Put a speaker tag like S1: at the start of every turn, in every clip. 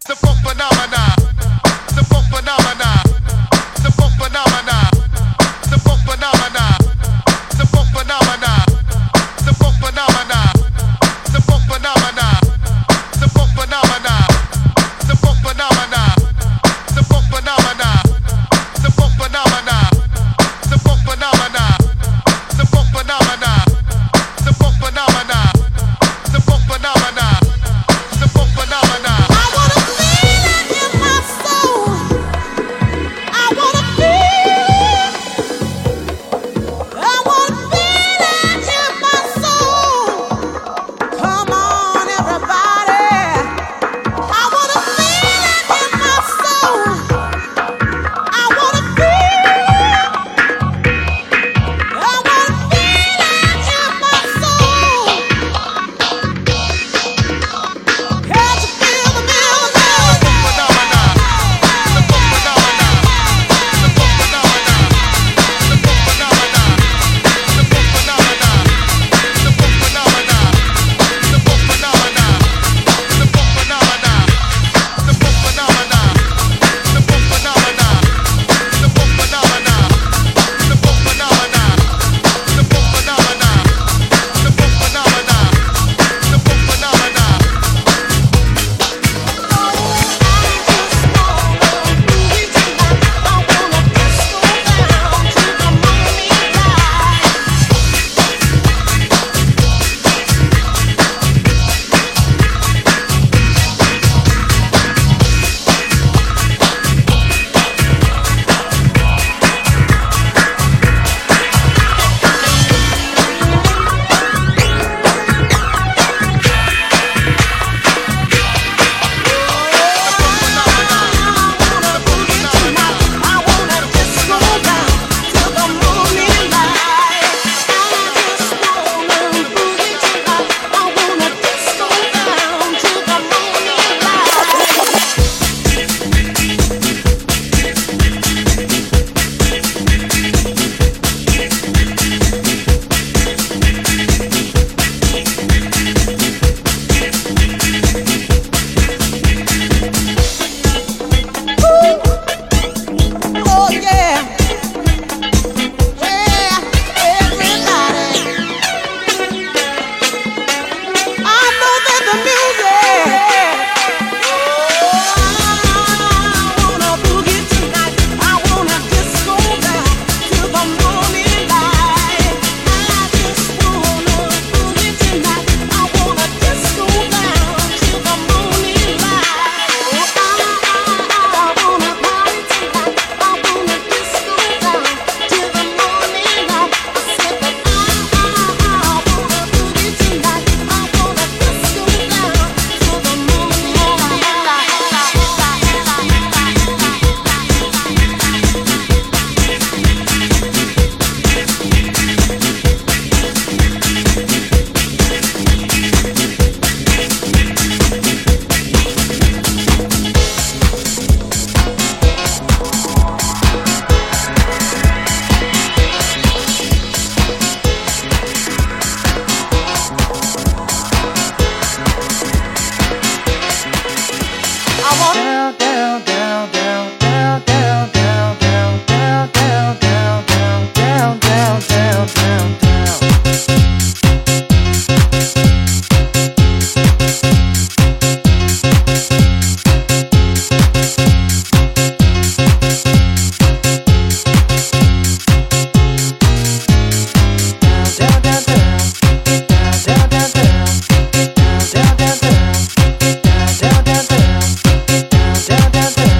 S1: down, down, down.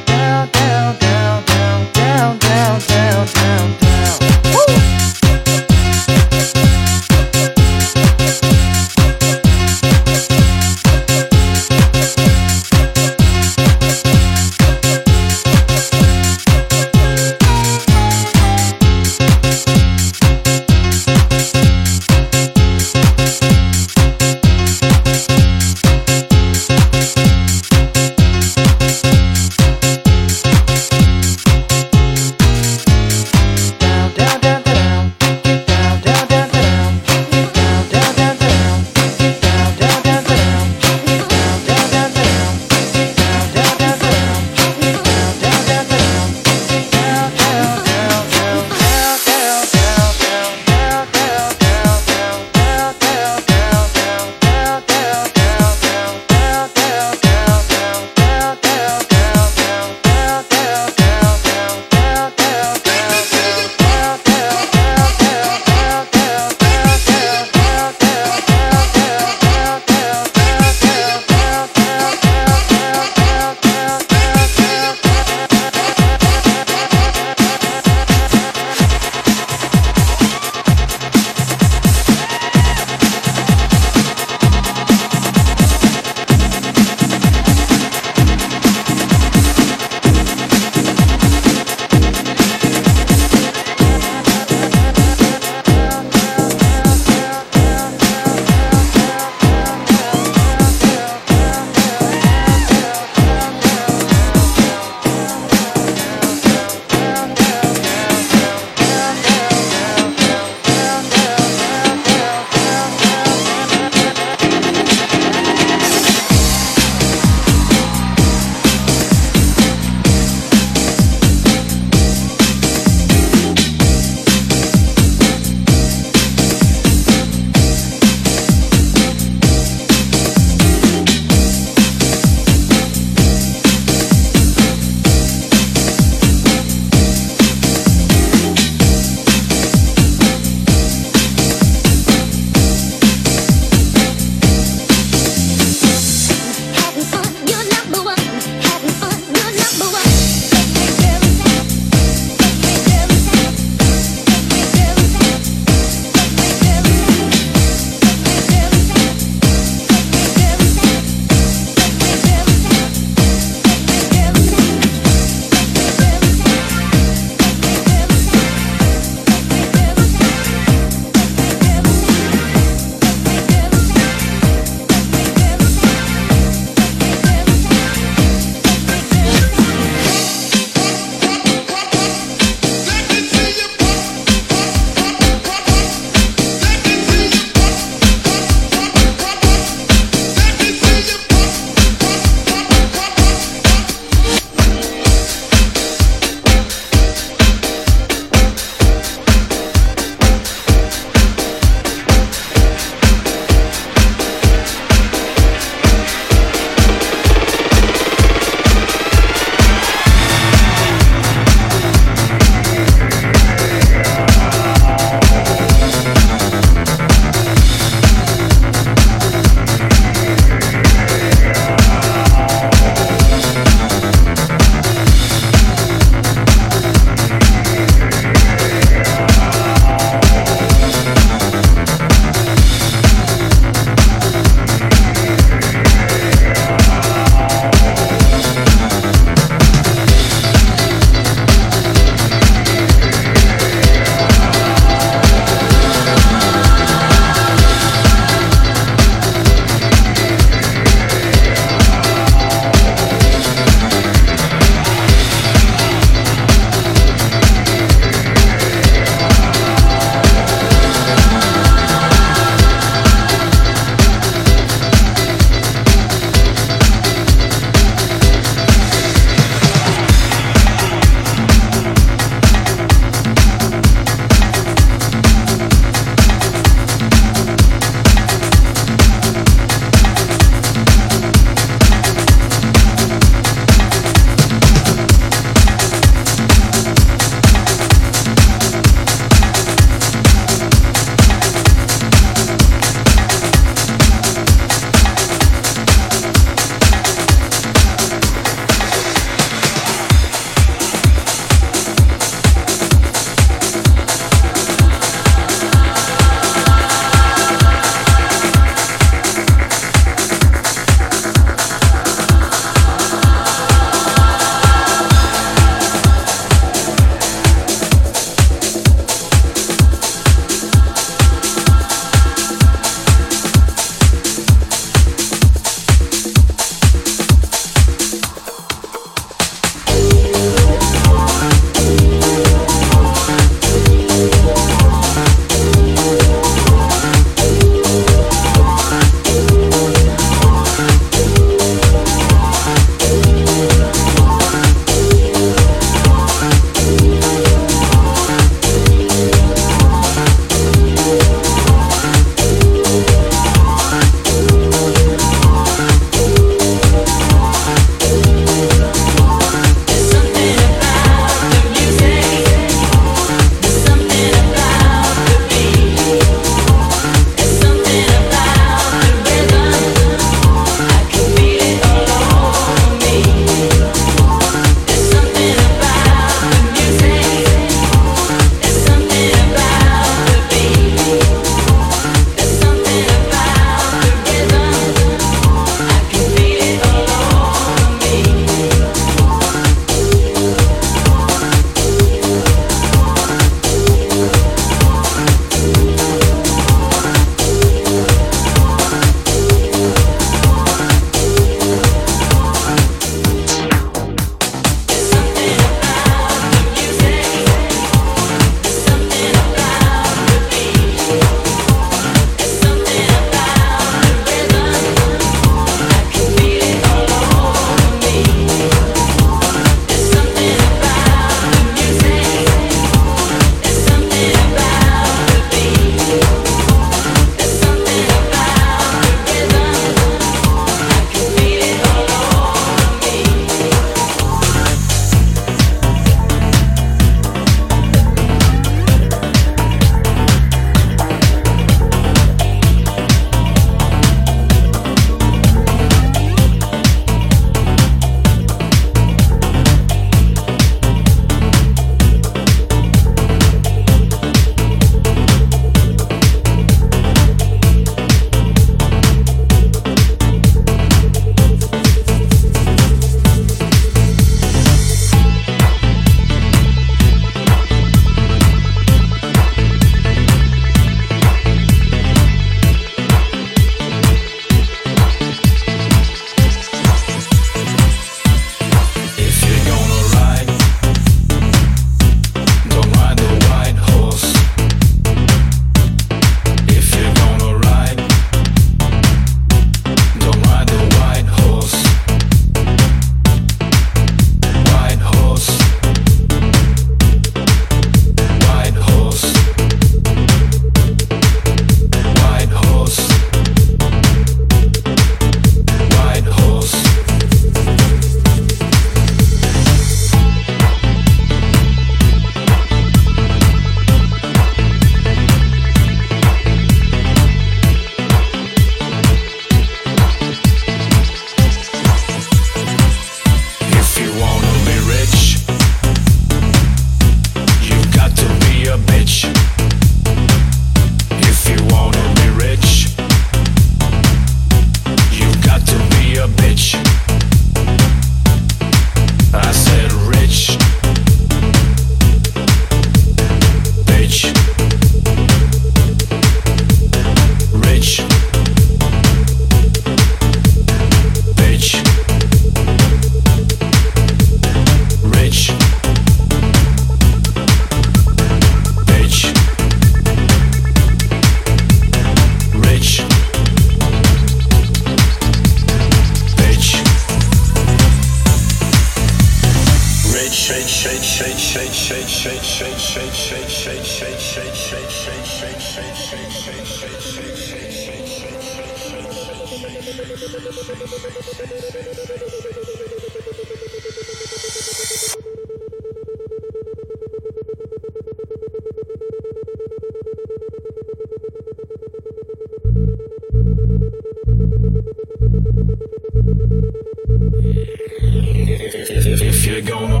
S1: If you're gonna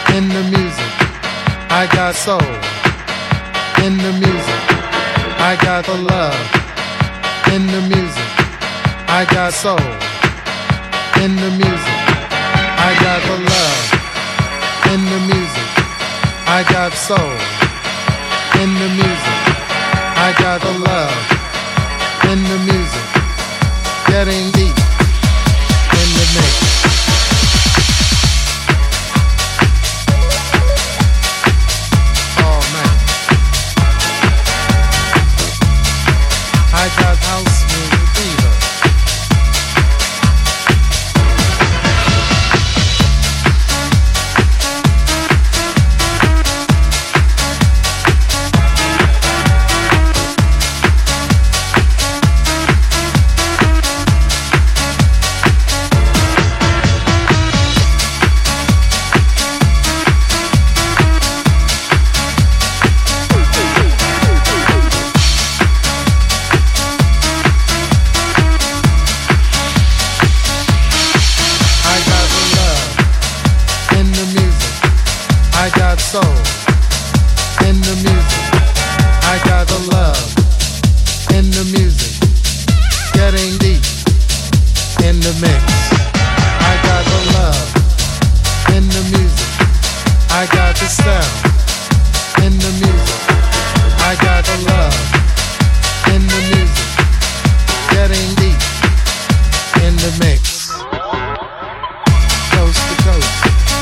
S2: In the music, I got soul. In the music, I got the love. In the music, I got soul. In the music, I got the love. In the music, I got soul. In the music, I got the love. In the music, getting deep in the mix. Oh man, I got house music fever. Soul in the music, I got the love in the music, getting deep in the mix. I got the love in the music, I got the sound in the music, I got the love in the music, getting deep in the mix. Coast to coast.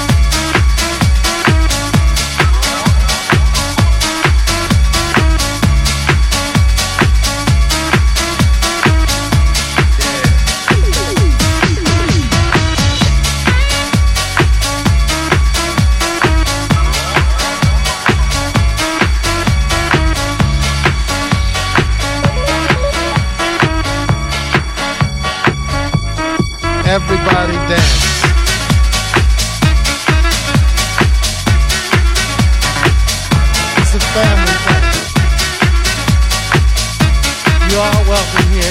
S2: Everybody dance. It's a family thing. You are welcome here.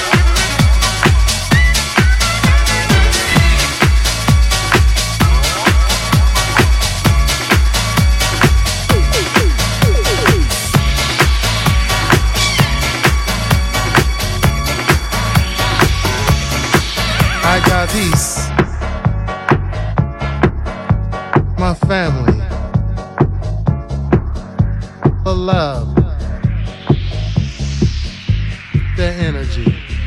S2: I got peace, my family, the love, the energy,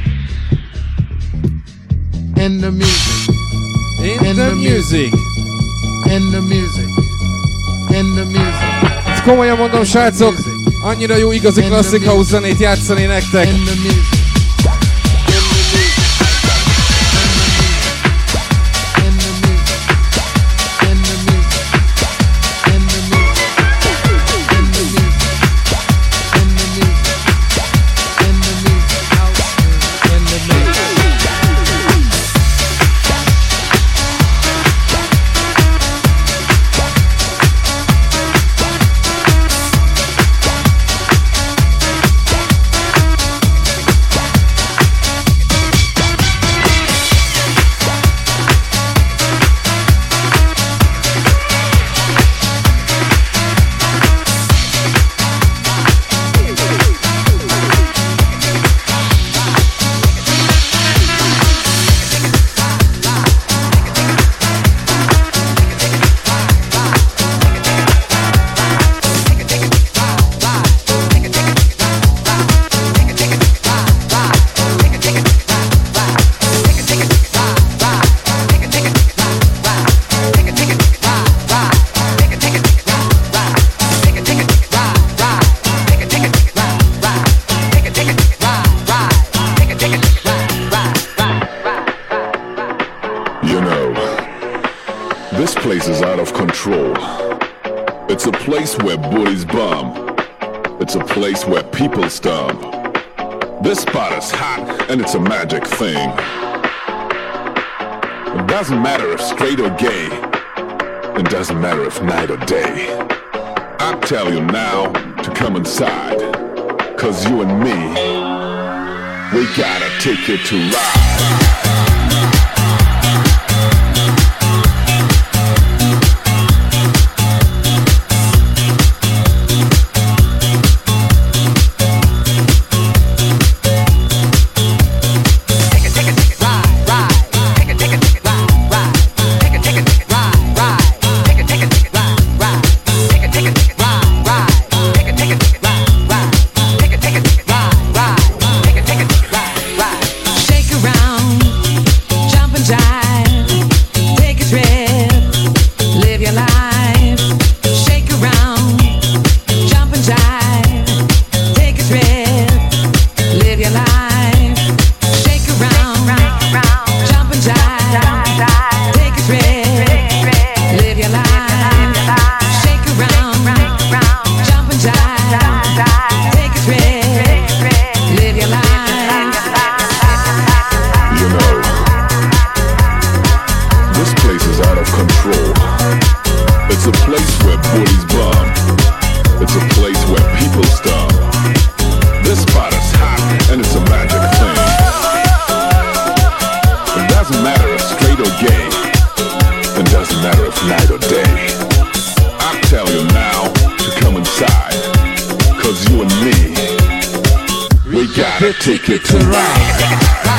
S2: in the music,
S3: in the music,
S2: in the music, in the music.
S3: Ezt komolyan mondom, srácok, annyira jó igazi klasszik house zenét játszani nektek.
S2: In the music.
S4: It's a place where booties bum. It's a place where people stomp. This spot is hot and it's a magic thing. It doesn't matter if straight or gay. It doesn't matter if night or day. I tell you now to come inside. Cause you and me, we got a ticket to ride. It's a place where booties bum. It's a place where people stump. This spot is hot and it's a magic thing. It doesn't matter if straight or gay. It doesn't matter if night or day. I tell you now to come inside. Cause you and me, we got a ticket to ride.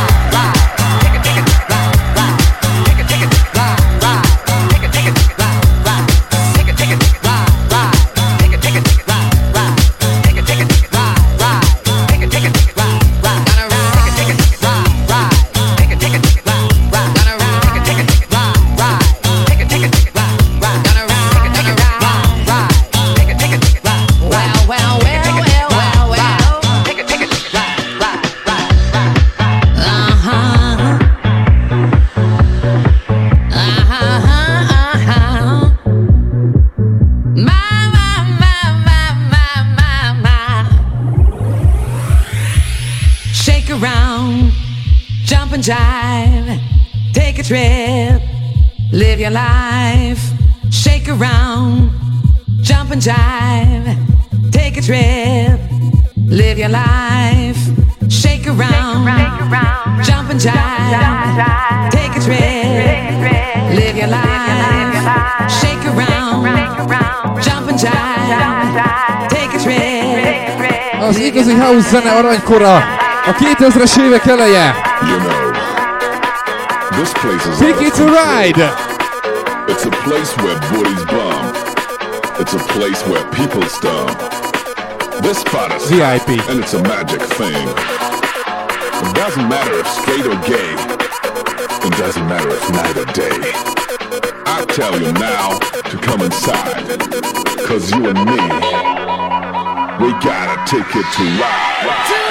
S5: Jive, take a trip, live your life, shake around, jump and jive, take a trip, live your life, shake around, jump and jive, take a trip, live your life, shake around, jump and jive, take a trip.
S3: Az igazi house zene aranykora, a 2000-es évek eleje.
S4: You know, this place is
S3: Ticket to ride.
S4: It's a place where booties bum. It's a place where people stump. This spot is
S3: VIP,
S4: and it's a magic thing. It doesn't matter if straight or gay. It doesn't matter if night or day. I tell you now to come inside. Cause you and me, we got a ticket to ride.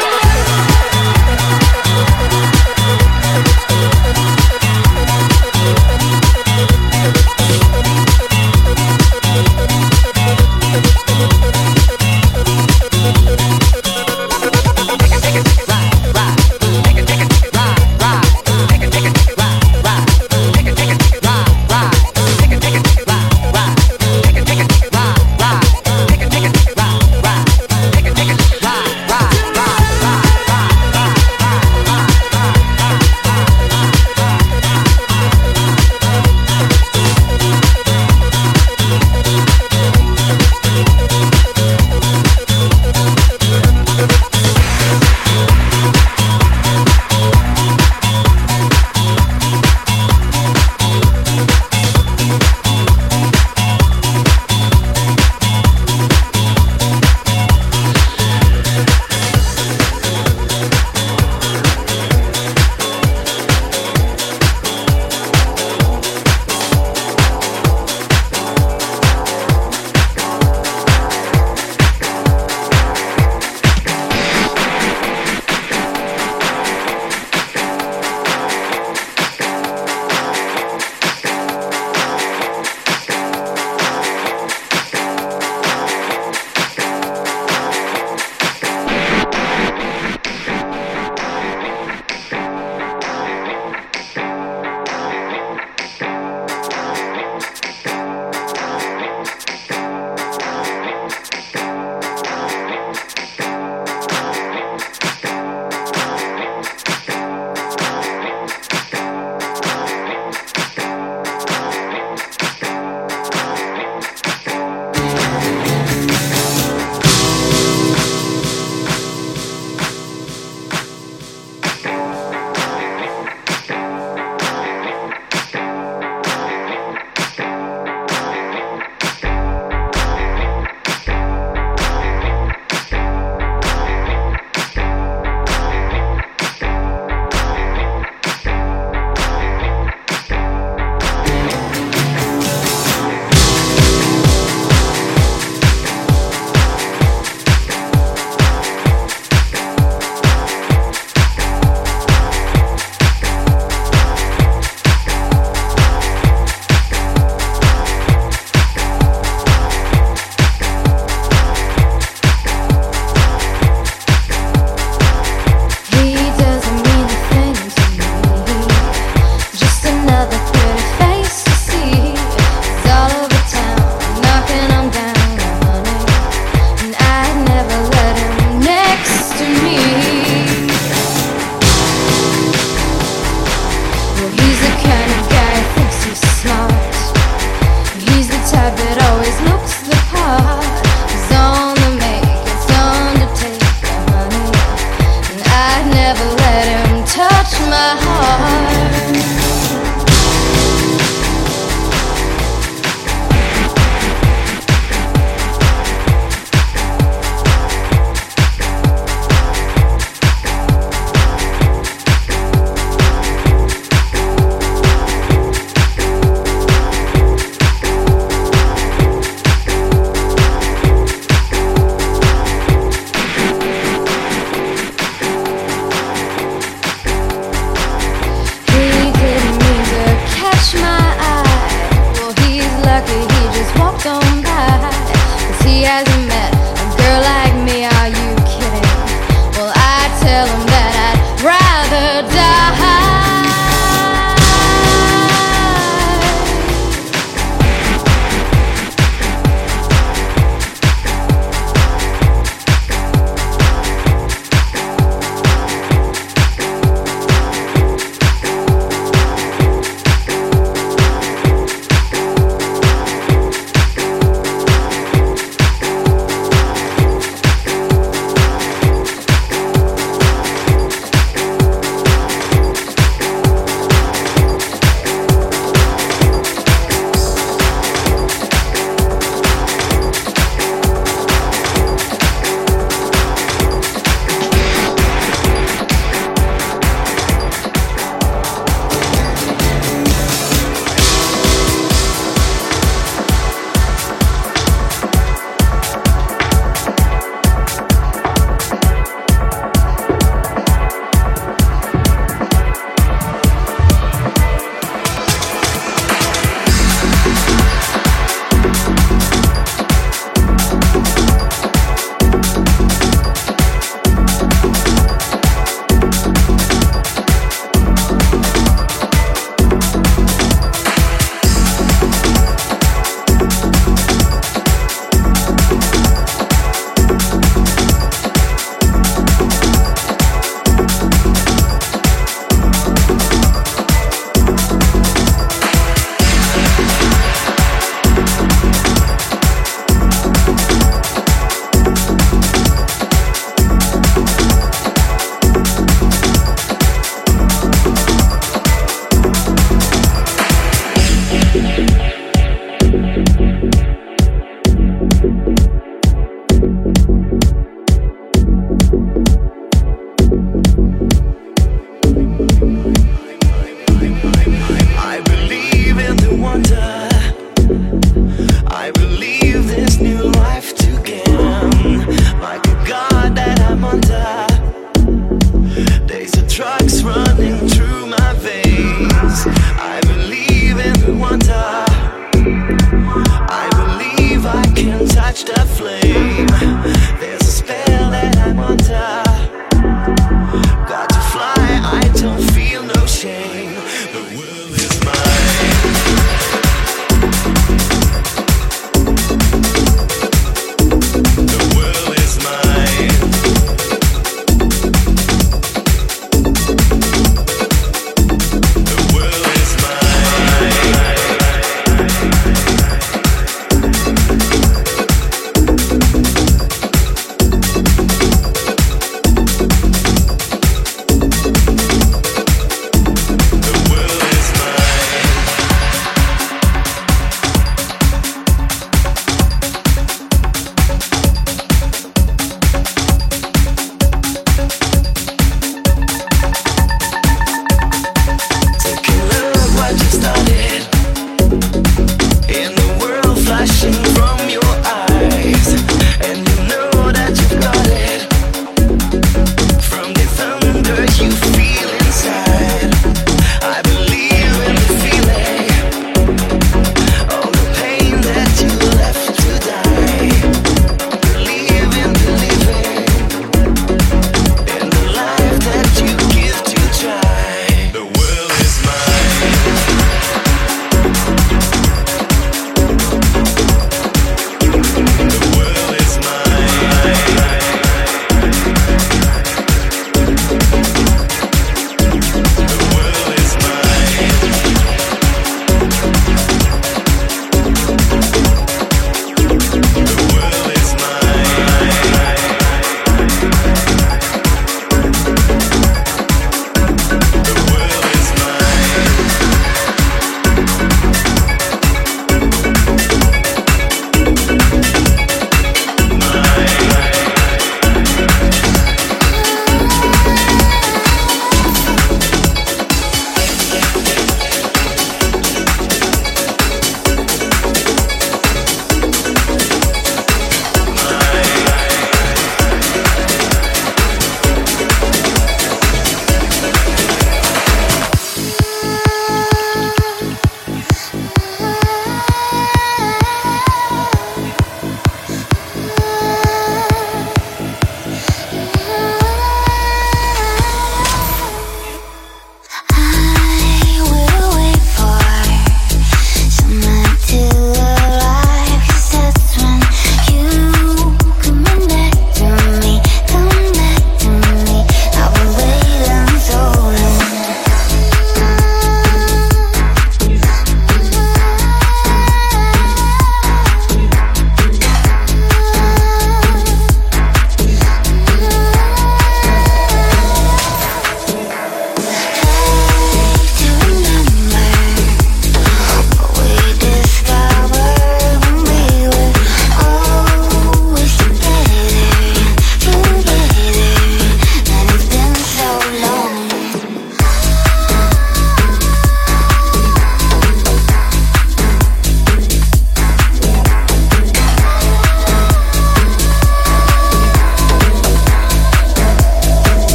S6: don't buy, 'cause he hasn't met a girl like me. Are you kidding? Well, I tell him that I'd rather die.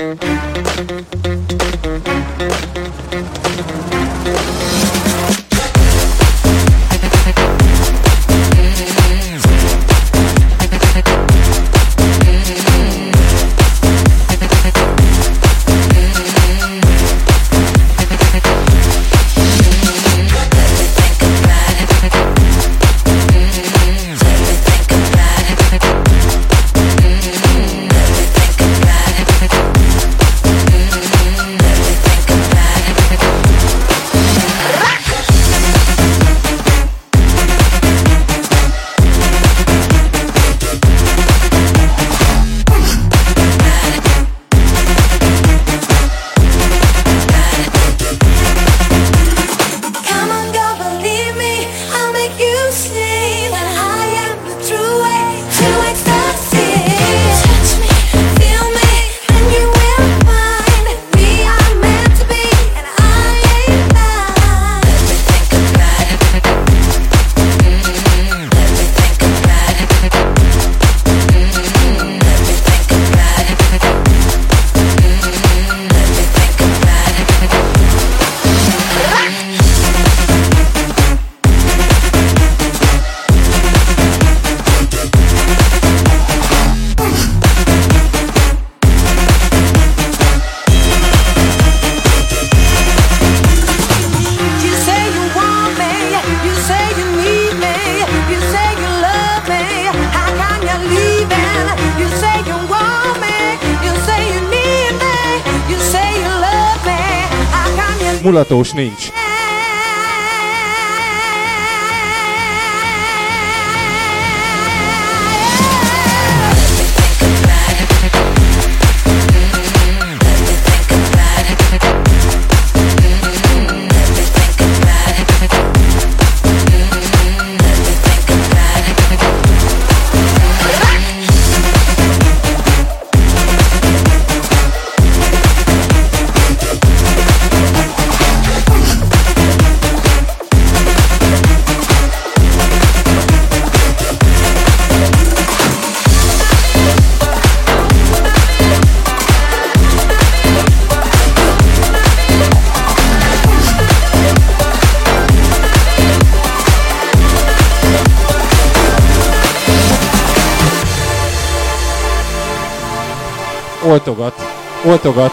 S3: Mulatós nincs. Oltogat.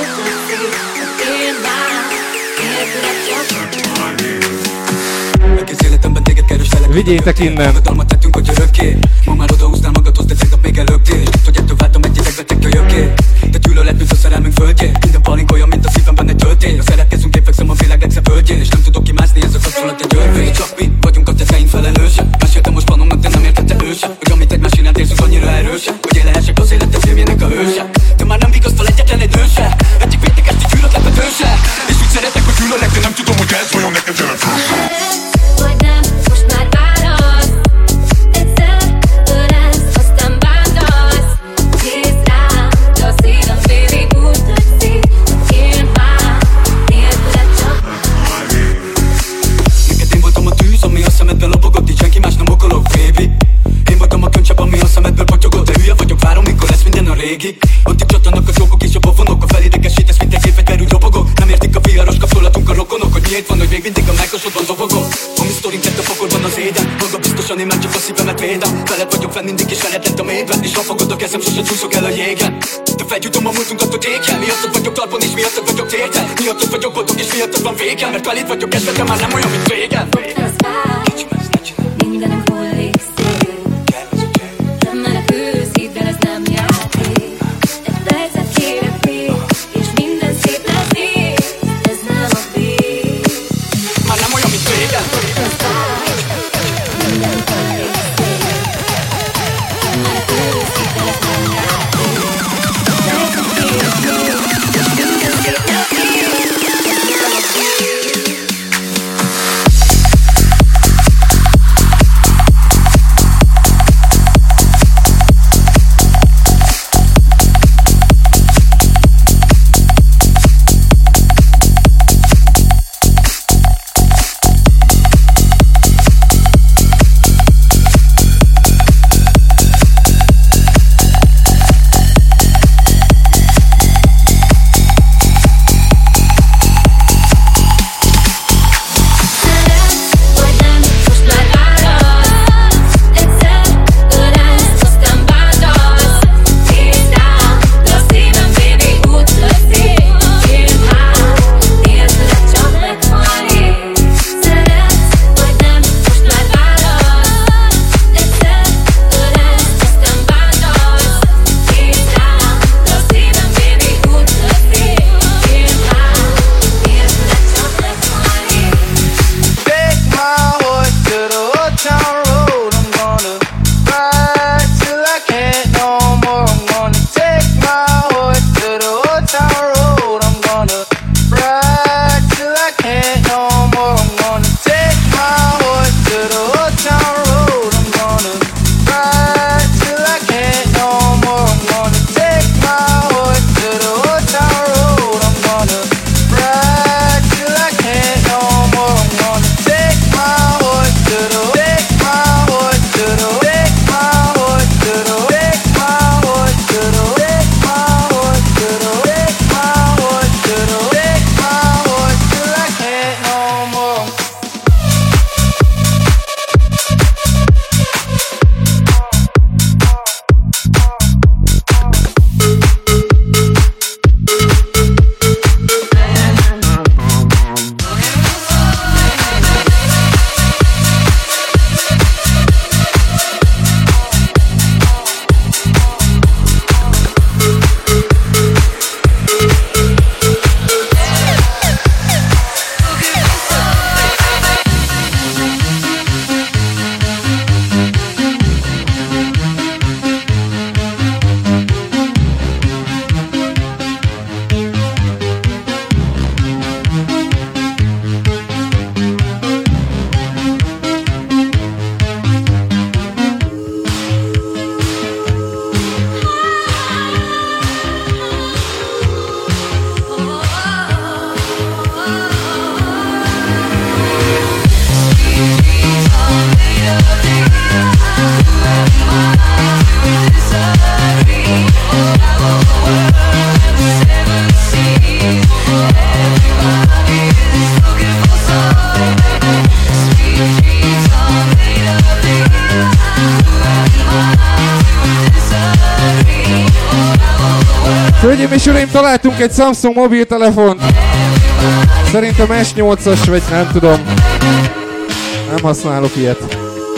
S3: Vigyétek innen!
S7: Ma már odahúznál magadhoz, de tegnap még előttél. És tudod, hogy ettől váltam egy idegbetek kölyökké. De gyűlölet bűz a szerelmünk földjén. Minden palink olyan, mint a szívemben egy töltény. Ha szeretkezünk, én fekszem a világ legszebb földjén. És nem tudok kimászni, ez a kapcsolat egy örvény. Csak mi vagyunk a tetteink felelősek. Meséltem most panomnak, de nem értette ő sem. Hogy amit egymás iránt érzünk annyira erősek, hogy én lehessek az életem filmjének a hőse. De már nem vigasztal egyetlen egy nő se. Egyik védtek esti gyűlölet lepető se. És úgy szeretek, hogy gyűlölek, de nem tudom, hogy ez vajon neked jelent.
S6: Vagy nem, most már válasz. Egyszer ölelsz, aztán bántasz. Nézd rám, de a szívem végig úgy tökszik. Én már nélküled csak.
S7: Neked én voltam a tűz, ami a szemedben lobogott. Így senki más nem okolok, baby. Én voltam a könycsepp, ami a szemedből potyogott. De hülye vagyok, várom, mikor lesz minden a régi. Ottig csattanak a jókok és a pofonok. A felidegesítesz, mint egy évfegyverű dobogok. Nem értik a viharos kapcsolatunk a rokonok. Hogy miért van, hogy még mindig a mákosodban dobogok. A mi sztorink lett a pokolban az éden. Maga biztosan én már csak a szívemet védem. Veled vagyok fenn mindig és veled lent a mélyben. És ha fogod a kezem, sose csúszok el a jégen. De feljutom a múltunkat, hogy éken. Miattad vagyok talpon és miattad vagyok téten. Miattad vagyok boldog és miattad van végem. Mert veled vagyok esve, de már nem olyan, mint régen.
S6: Mindenem hullik szél. Nem menekülsz, hidd el, ez nem játék. Egy percet kérek még, és minden szép lesz néz. Ez nem a vég.
S7: Már nem olyan, mint régen.
S6: Mindenem hullik szél. Nem menekülsz, hidd el, ez nem játék. Egy percet kérek még, és minden szép lesz néz. Ez nem a vég.
S3: Hölgyeim és uraim, találtunk egy Samsung mobiltelefont. Szerintem S8-as, vagy nem tudom. Nem használok ilyet.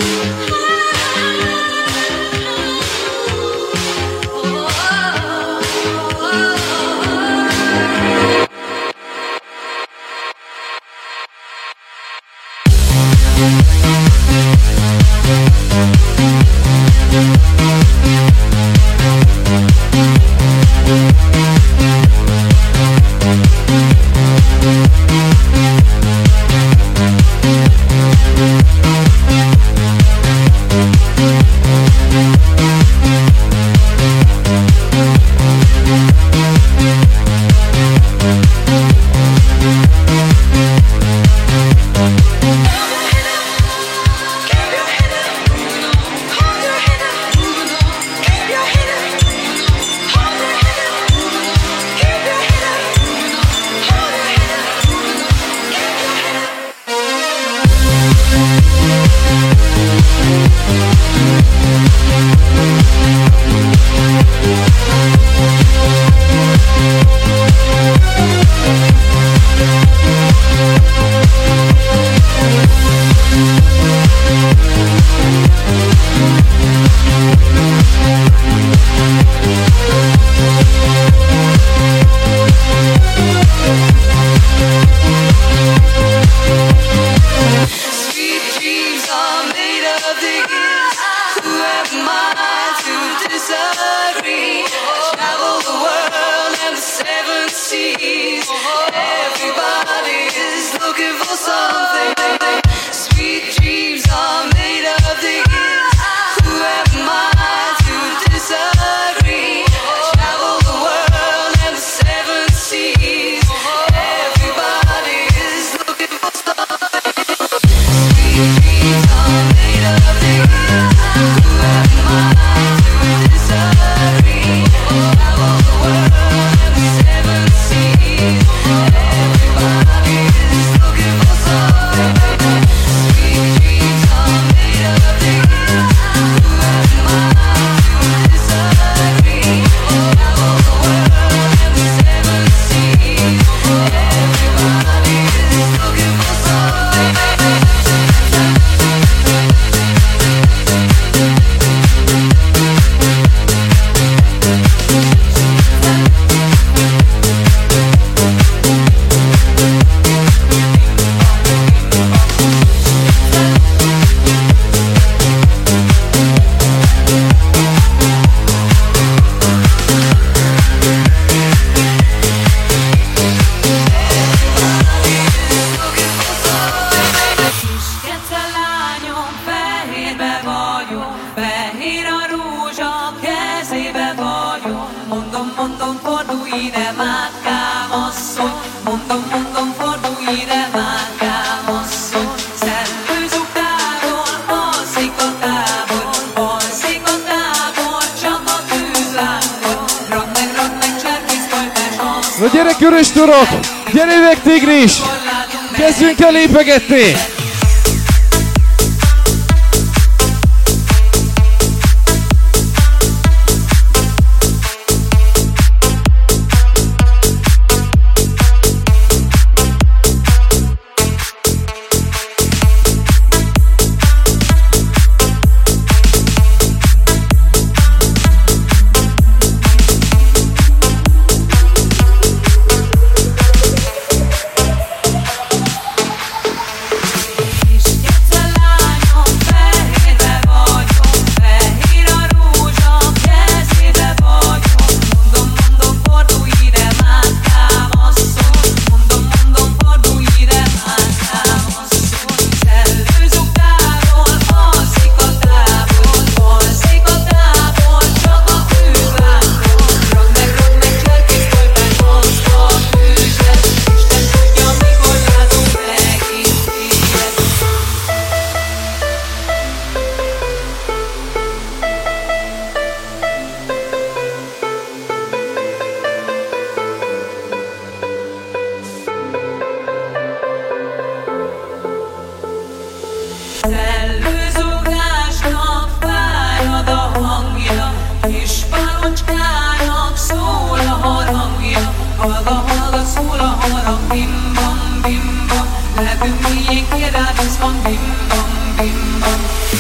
S3: Gyere körös torok! Gyere üvegtigris! Kezdjünk el lépegetni!
S5: Halva szól a harang, bim-bam, bim-bam. Lehetünk miénk, rád is van, bim-bam, bim-bam.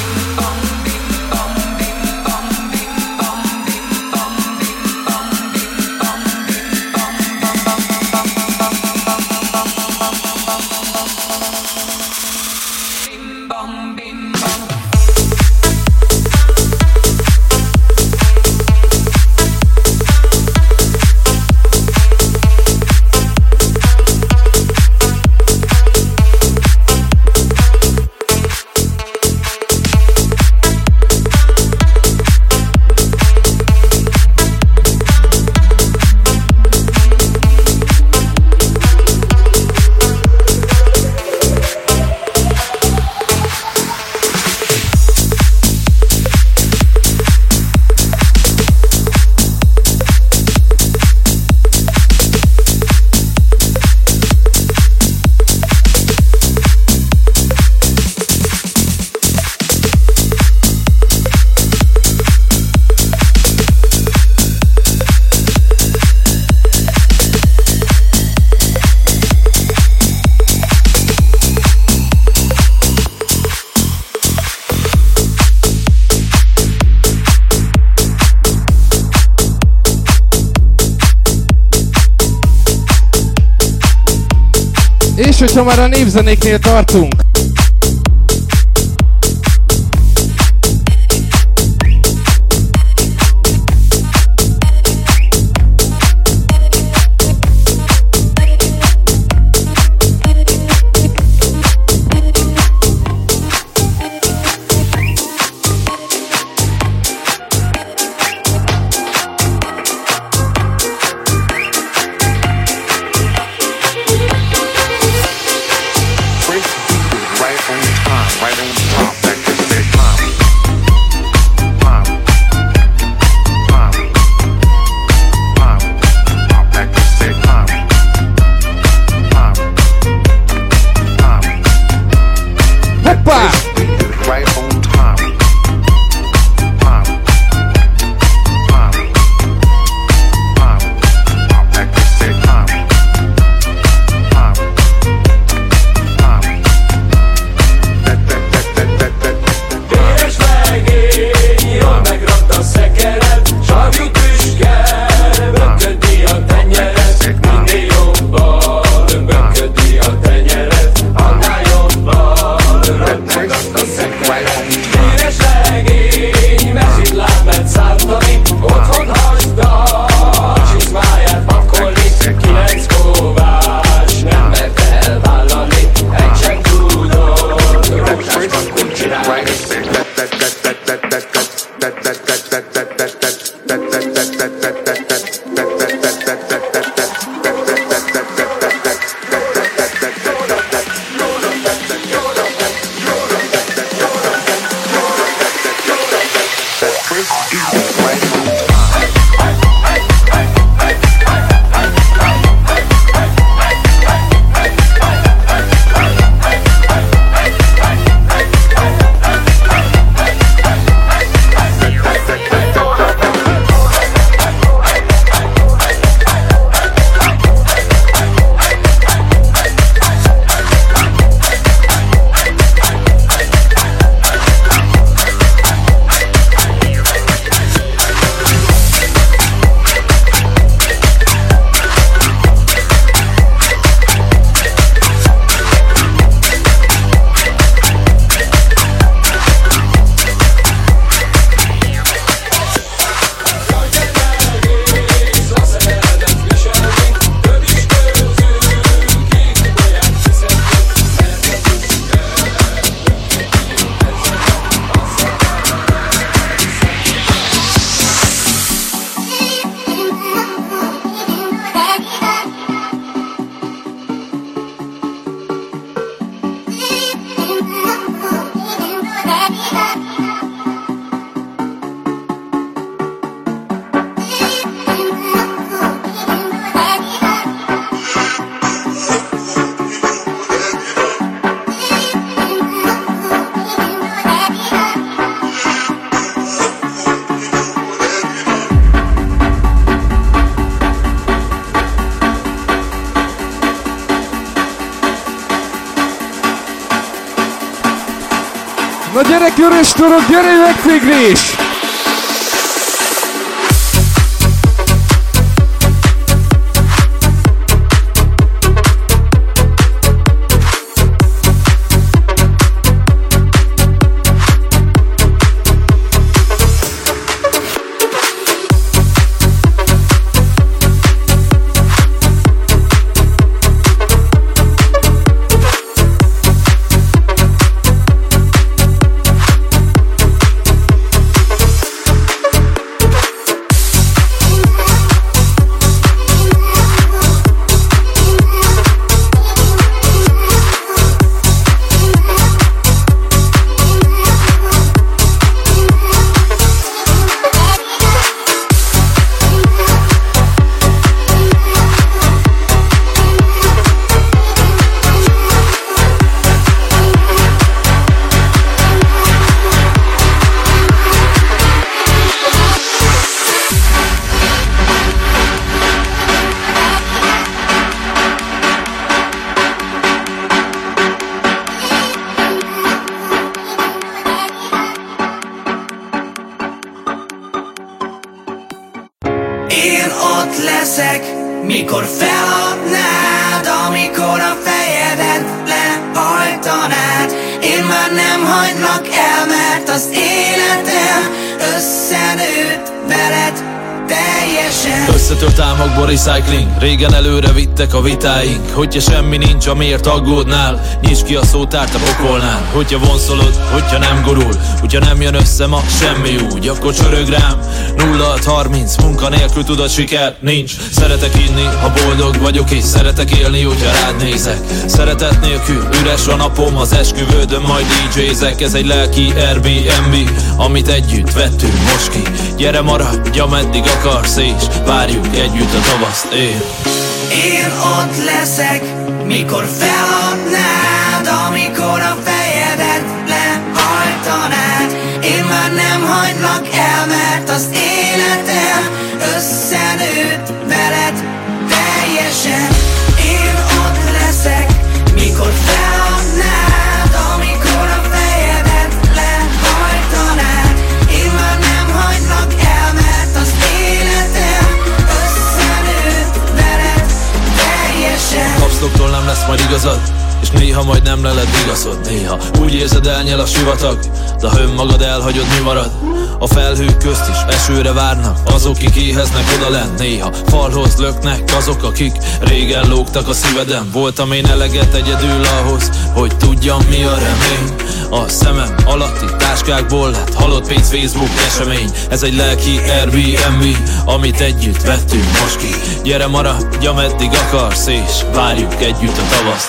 S3: És hogyha már a népzenéknél tartunk, Gyere körös torok, gyere üvegtigris!
S8: Mikor feladnád, amikor a fejedet lehajtanád. Én már nem hagylak el, mert az életem összenőtt veled teljesen.
S9: Összetört álmokból recycling, régen előre vittek a vitáink. Hogyha semmi nincs, amiért aggódnál, nyisd ki a szótárt a pokolnál. Hogyha vonszolod, hogyha nem gurul, hogyha nem jön össze ma semmi úgy, akkor csörög rám 0630, munkanélkül tudod, siker nincs. Szeretek inni, ha boldog vagyok, és szeretek élni, hogyha rád nézek. Szeretet nélkül üres a napom, az esküvődön majd DJ-zek. Ez egy lelki Airbnb, amit együtt vettünk most ki. Gyere maradj, ameddig akarsz, és várjuk együtt a tavaszt,
S8: Én ott leszek, mikor feladnád, amikor a fejedet lehajtanád. Én már nem hagylak el, mert az életem összenőtt veled teljesen. Én ott leszek, mikor feladnád, amikor a fejedet lehajtanád. Én már nem hagylak el, mert az életem összenőtt veled teljesen.
S9: Kapszloktól nem lesz majd igazad, és néha majd nem leled igazod. Néha úgy érzed, elnyel a sivatag, de ha önmagad elhagyod, mi marad? A felhők közt is esőre várnak azok, kik éheznek odalent. Néha falhoz löknek azok, akik régen lógtak a szíveden. Voltam én eleget egyedül ahhoz, hogy tudjam, mi a remény. A szemem alatti táskákból lett halott pénz, Facebook esemény. Ez egy lelki Airbnb, amit együtt vettünk most ki. Gyere maradj, ameddig akarsz, és várjuk együtt a tavaszt,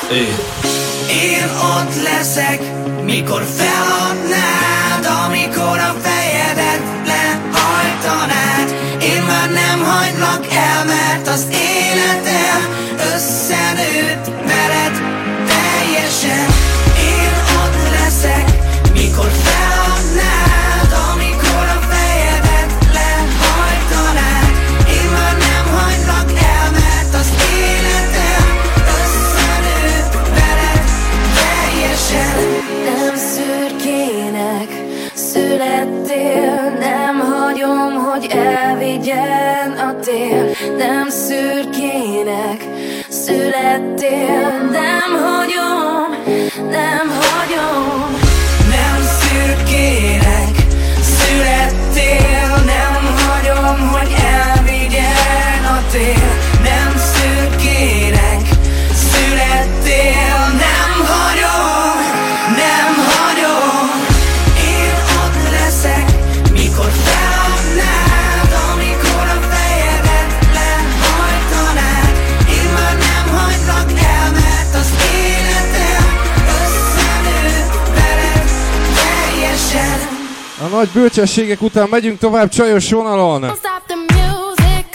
S8: Én ott leszek, mikor feladnád, amikor a fejedet lehajtanád. Én már nem hagylak el, mert az életem összenőtt veled teljesen. Én ott leszek, mikor feladnád, amikor a fejedet lehajtanád. Én már nem hagylak el, mert az életem összenőtt veled teljesen.
S6: Nem szürkének születtél, nem hagyom, hogy elvigyen a tél. Nem szürkének születtél, nem hagyom, nem hagyom.
S8: Nem szürkének születtél, nem hagyom, hogy elvigyen a tél. Nem szürkének születtél, nem hagyom, nem hagyom. Én ott leszek, mikor feladnád, amikor a fejedet lehajtanád. Én már nem hagylak el, mert az életem összenőtt veled teljesen.
S3: A nagy bölcsességek után megyünk tovább csajos vonalon.
S6: Don't stop the music.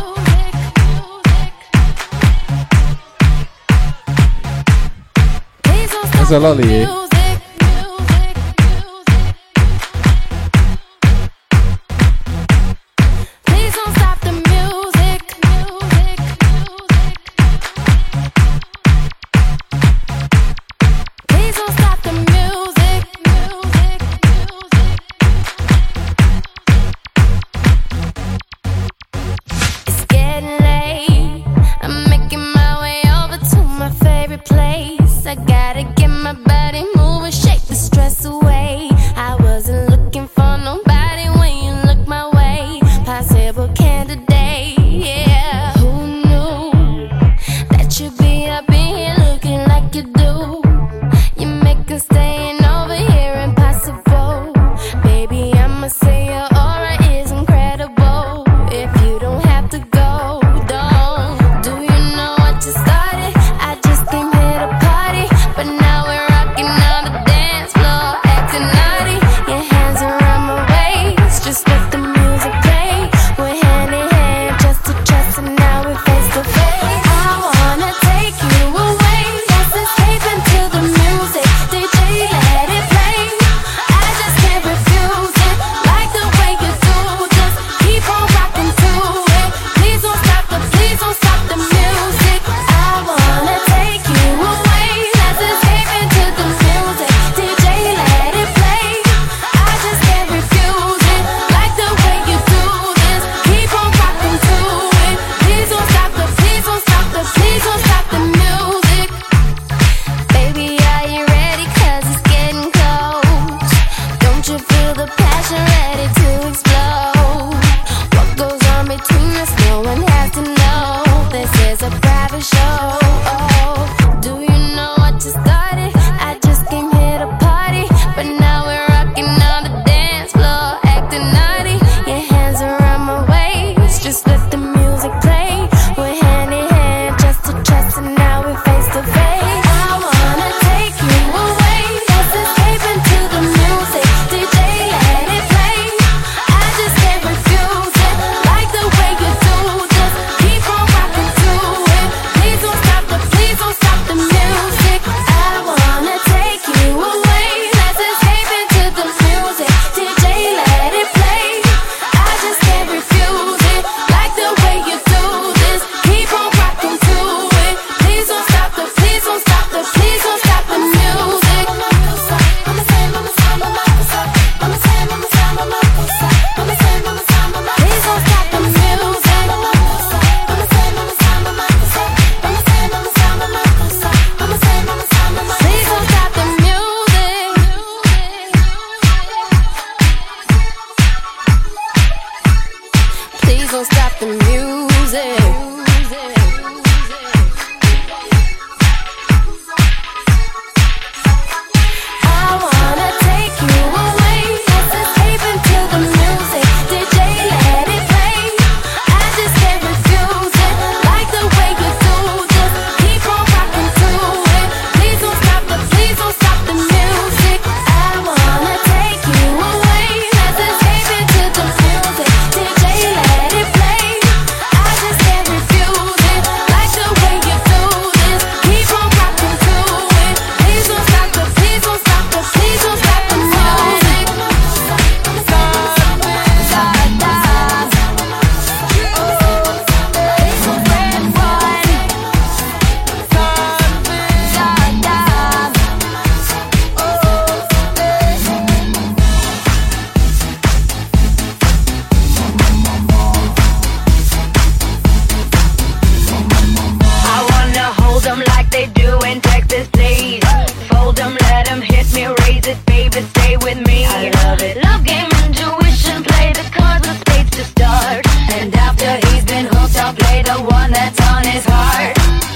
S6: Please don't stop
S3: Ez a Lali.
S6: the music. Please don't stop the music. Please don't stop the music. on his heart.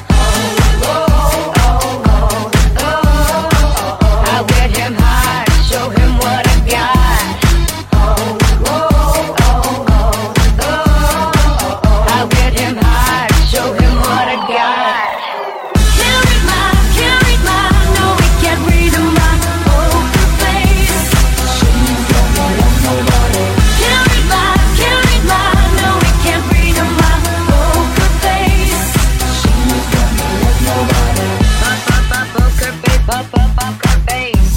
S6: I'll get him high, show him what I got. I'll get him high, show him what I got. Can't read my, no, he can't read my poker face. She's gonna love nobody. Can't read my, no, he can't read my poker face. She's gonna love nobody. Poker face, poker face.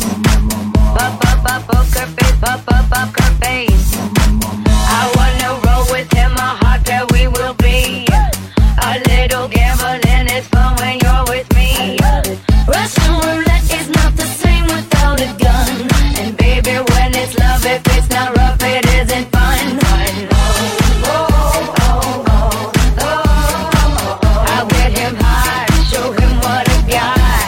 S6: Poker face. I wanna roll with him, a heart that we will be. A little gambling is fun when you're with me. Russian roulette is not the same without a gun. And baby, when it's love, if it's not rough, it isn't fun. I'll get him high, show him what I got.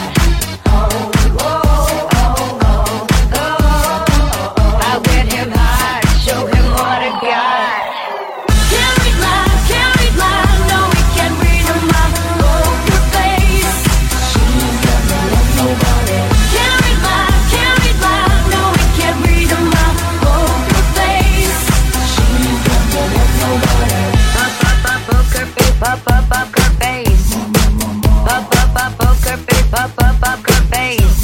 S6: I'll get him high, show him what I got. Can't read my, no, he can't read my poker face. She's gonna love nobody. Can't read my, no, he can't read my poker face. She's gonna love nobody. Poker face, poker face. Poker face.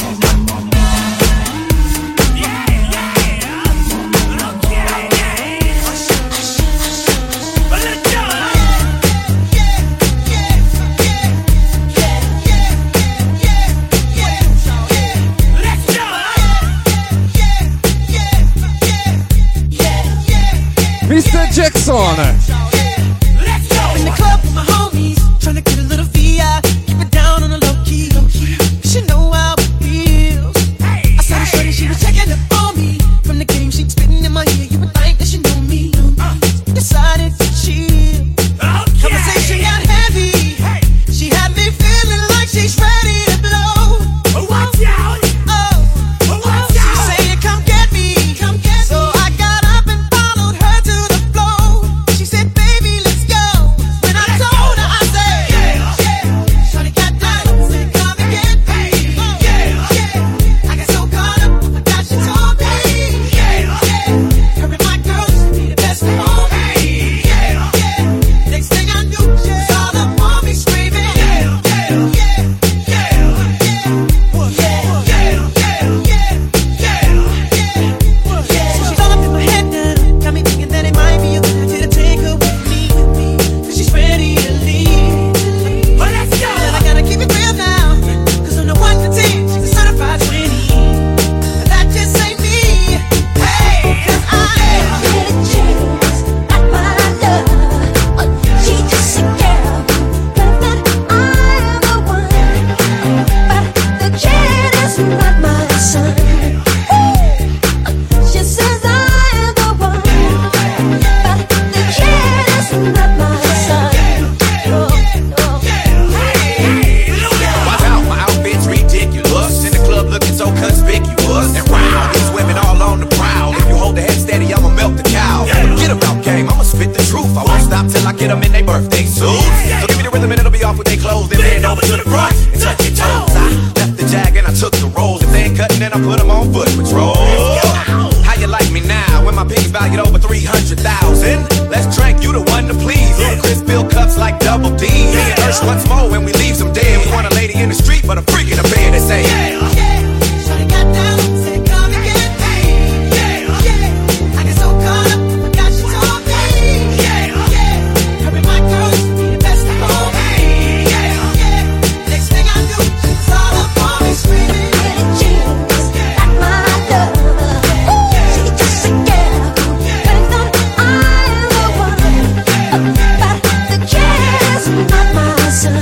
S3: Mr. Jackson!
S10: In the club with my homies, trying to get a little VI, keep it down on the low key. She know how it feels. I saw the shorty, she was checking up on me. From the game, she spitting in my ear. You would think that she knew me. Decided to chill. Conversation got heavy. She had me feeling like she's ready to blow. Watch out! She saying, "Come get me." So I got up and followed her to the floor. She said, "Baby, let's go." When I told her, I said, shorty got down, said, "Come and get me." I got so caught up, I forgot she told me. Her and my girl used to be the best of all me. Next thing I knew, she was all up on me screaming. She's all up in my head now, got me thinking that it might be a good idea to take her with me, 'cause she's ready to leave. And I gotta keep it real now, 'cause on the 1 to 10, she's a certified 20. And that just ain't me. Hey, 'cause I
S6: Get a chance at my love. She just a girl, but that I'm the one. But the kid is not my son. She says I'm the one, but the kid is not my son.
S11: Watch out, my outfit's ridiculous. In the club looking so conspicuous. And wow, these women all on the prowl. If you hold the head steady, I'ma melt the cow. Forget about game, I'ma spit the truth. I won't stop till I get them in their birthday suits. So give me the rhythm and it'll be off with their clothes. Then bend over to the front and touch your toes. I left the jag and I took the rolls. If they ain't cutting, then I put them on foot patrol. How you like me now when my pig's valued over 300,000? Let's drink, you the one to please. Chris fill cups like double D. First once more when we leave some dead. We want a lady in the street, but a freak in the bed that say,
S10: shorty got down, said, "Come and get me." I got so caught up, I forgot she told me. Her and my girl used to be the best of all me. Next thing I knew, she was all up on me screaming.
S6: Get a chance at my love. She just a girl, but that I'm the one. But the kid is not my son.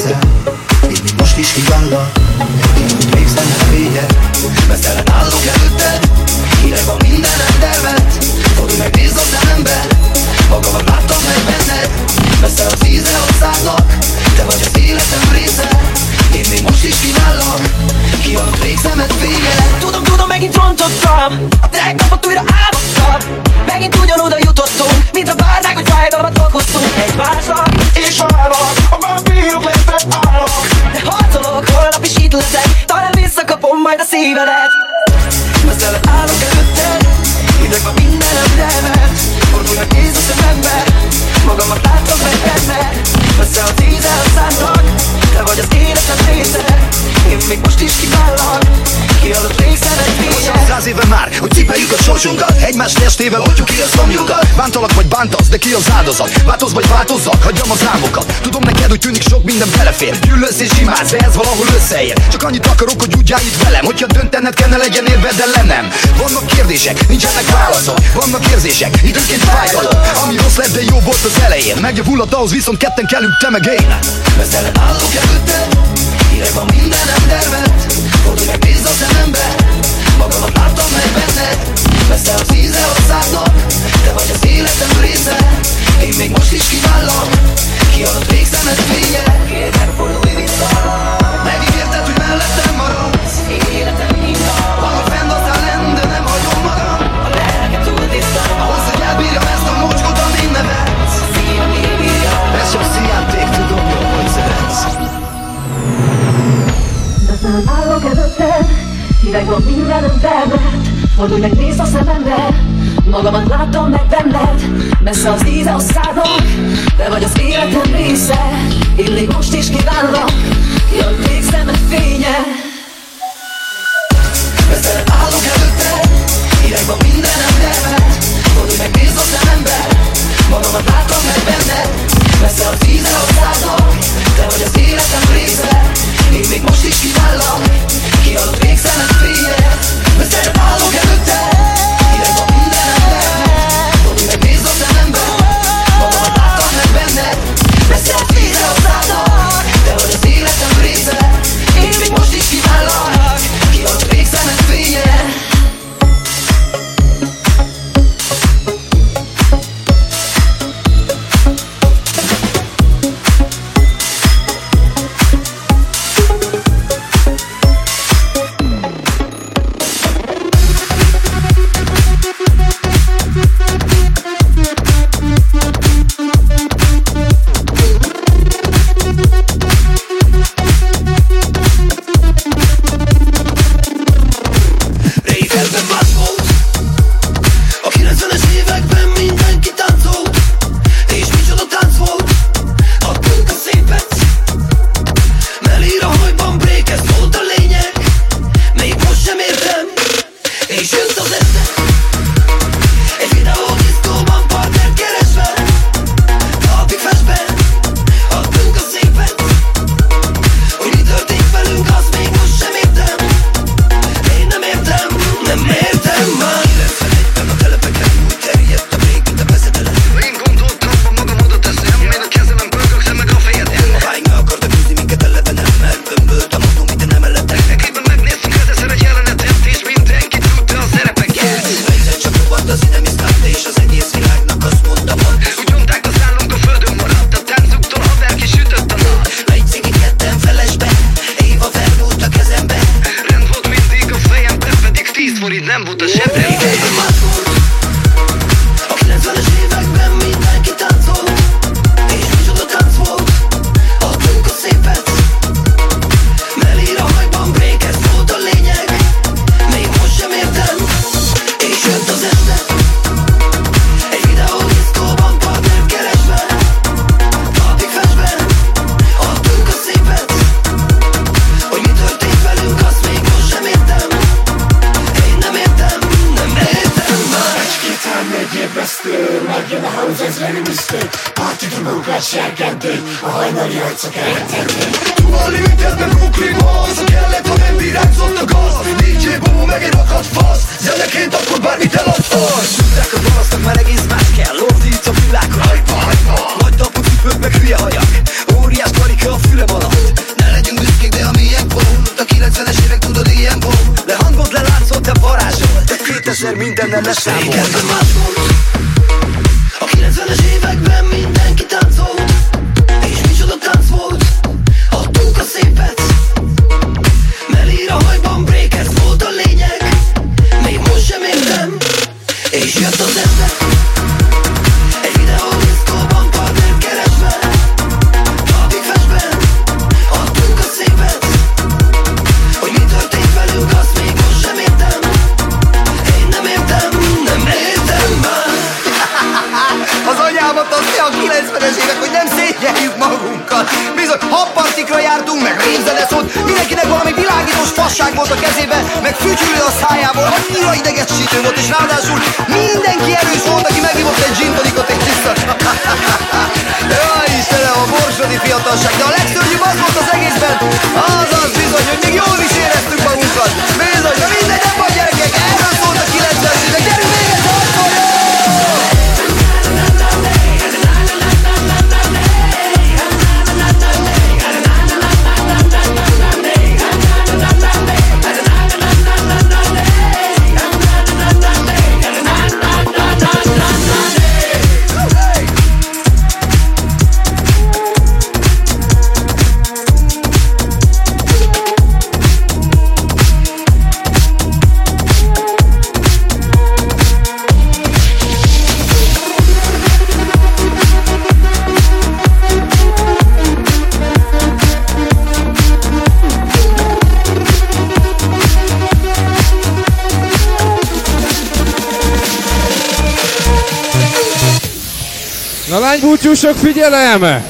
S12: része, így még most is kivallak. Kicsit végzem a fénye, mesztelen állok előtted. Hideg van mindenem tervet, fordulj meg, nézd a szemembe. Magamat láttam meg benned, messze az íze hozzáadnak. Te vagy az életem része, én még most is kivallak. Kiadok végzemet fénye.
S10: Tudom, megint rontottam. A tegnapot újra álmodtam. Megint ugyanoda jutottunk, mint a várnák, hogy fájdalmat okoztunk. Egymásnak és vállalak, a vámpírok lettek állok. De harcolok, holnap is itt leszek, talán visszakapom majd a szívedet. Messze állok előtted, hideg van mindenem tervet. Fordulj meg, nézd a szemembe, magamat látom meg benned. Messze az íze a szánnak, te vagy az életem része. Én még most is kivállalak, kiadott részemet fénye.
S12: 100 éve már, hogy cipeljük a sorsunkat. Egymás testével oldjuk ki a szomjunkat. Bántalak vagy bántasz, de ki az áldozat? Változz vagy változzak, hagyjam az álmokat. Tudom neked, hogy tűnik sok minden belefér. Gyűlölsz és imádsz, de ez valahol összeér. Csak annyit akarok, hogy úgy állj itt velem. Hogyha döntened kell, ne legyen érved ellenem. Vannak kérdések, nincsenek válaszok. Vannak érzések, időnként fájdalom. Ami rossz lett, de jó volt az elején. Megjavulhat ahhoz, viszont ketten kellünk, te meg én.
S10: Mesztelen állok előtted, hideg van mindenem tervet. Fordulj meg, nézd a szemembe, magamat láttam meg benned. Messze az íze hozzáadnak, te vagy az életem része. Én még most is kivállalak, kiadott végzemet fénye. Kétszer fordulj vissza, megígérted, hogy mellettem maradsz. Életem minden, valahol fennadtál lenn, de nem hagyom magam. A lelke túl tiszta, ahhoz, hogy elbírjam ezt a mocskot, amíg nevetsz. Szívem így bírja,
S12: ez csak színjáték, tudom jól, hogy szeretsz.
S10: Mesztelen állok előtted, hideg van mindenem tervet. Fordulj meg, nézd a szemembe, magamat láttam meg benned. Messze az íze a szádnak, te vagy az életem része. Én még most is kívánlak, kiadott végzemet fénye. Mesztelen állok előtted, hideg van mindenem tervet. Fordulj meg, nézd a szemembe, magamat láttam meg benned. Messze az íze a szádnak, te vagy az életem része. Én még most is kivállalak, kiadott végzemet fénye. Mesztelen állok előtted, hideg van mindenem tervet. Fordulj meg, nézd a szemembe, magamat láttam meg benned. Messze az íze a szádnak, te vagy az életem része. Én még most is kivállalak, kiadott végzemet fénye.
S12: Nagy tapu cipők meg hülye hajak, óriás karika a füle alatt. innen leszámolt.
S13: Régebben más volt, a 90-es években mindenki táncolt, és micsoda tánc volt, adtuk a szépet. Melír a hajban break, ez volt a lényeg, még most sem értem, és jött az ember. Egy videódiszkóban partner keresve, napig festben, adtuk a szépet. Hogy mi történt velünk, azt még most sem értem. Én nem értem, nem értem már.
S12: Az anyámat azt a 90-es évek, hogy nem szégyeljük magunkat. Bizony, habpartikra jártunk, meg rémzene szólt. Mindenkinek valami világítós fasság volt a kezében, meg fütyülő a szájából, annyira idegesítő volt, és ráadásul mindenki erős volt, aki megívott egy gin tonicot egy tisztat. Jaj, Istenem, a borsodi fiatalság, de a legszörnyűbb az volt az egészben, az bizony, hogy még jól is éreztük magunkat. Bizony, de mindegy, nem vagy gyerekek, erről szólt a 90-es évek, gyerünk még egy harcol, jó!
S3: Na lánybúcsúsok, figyelem!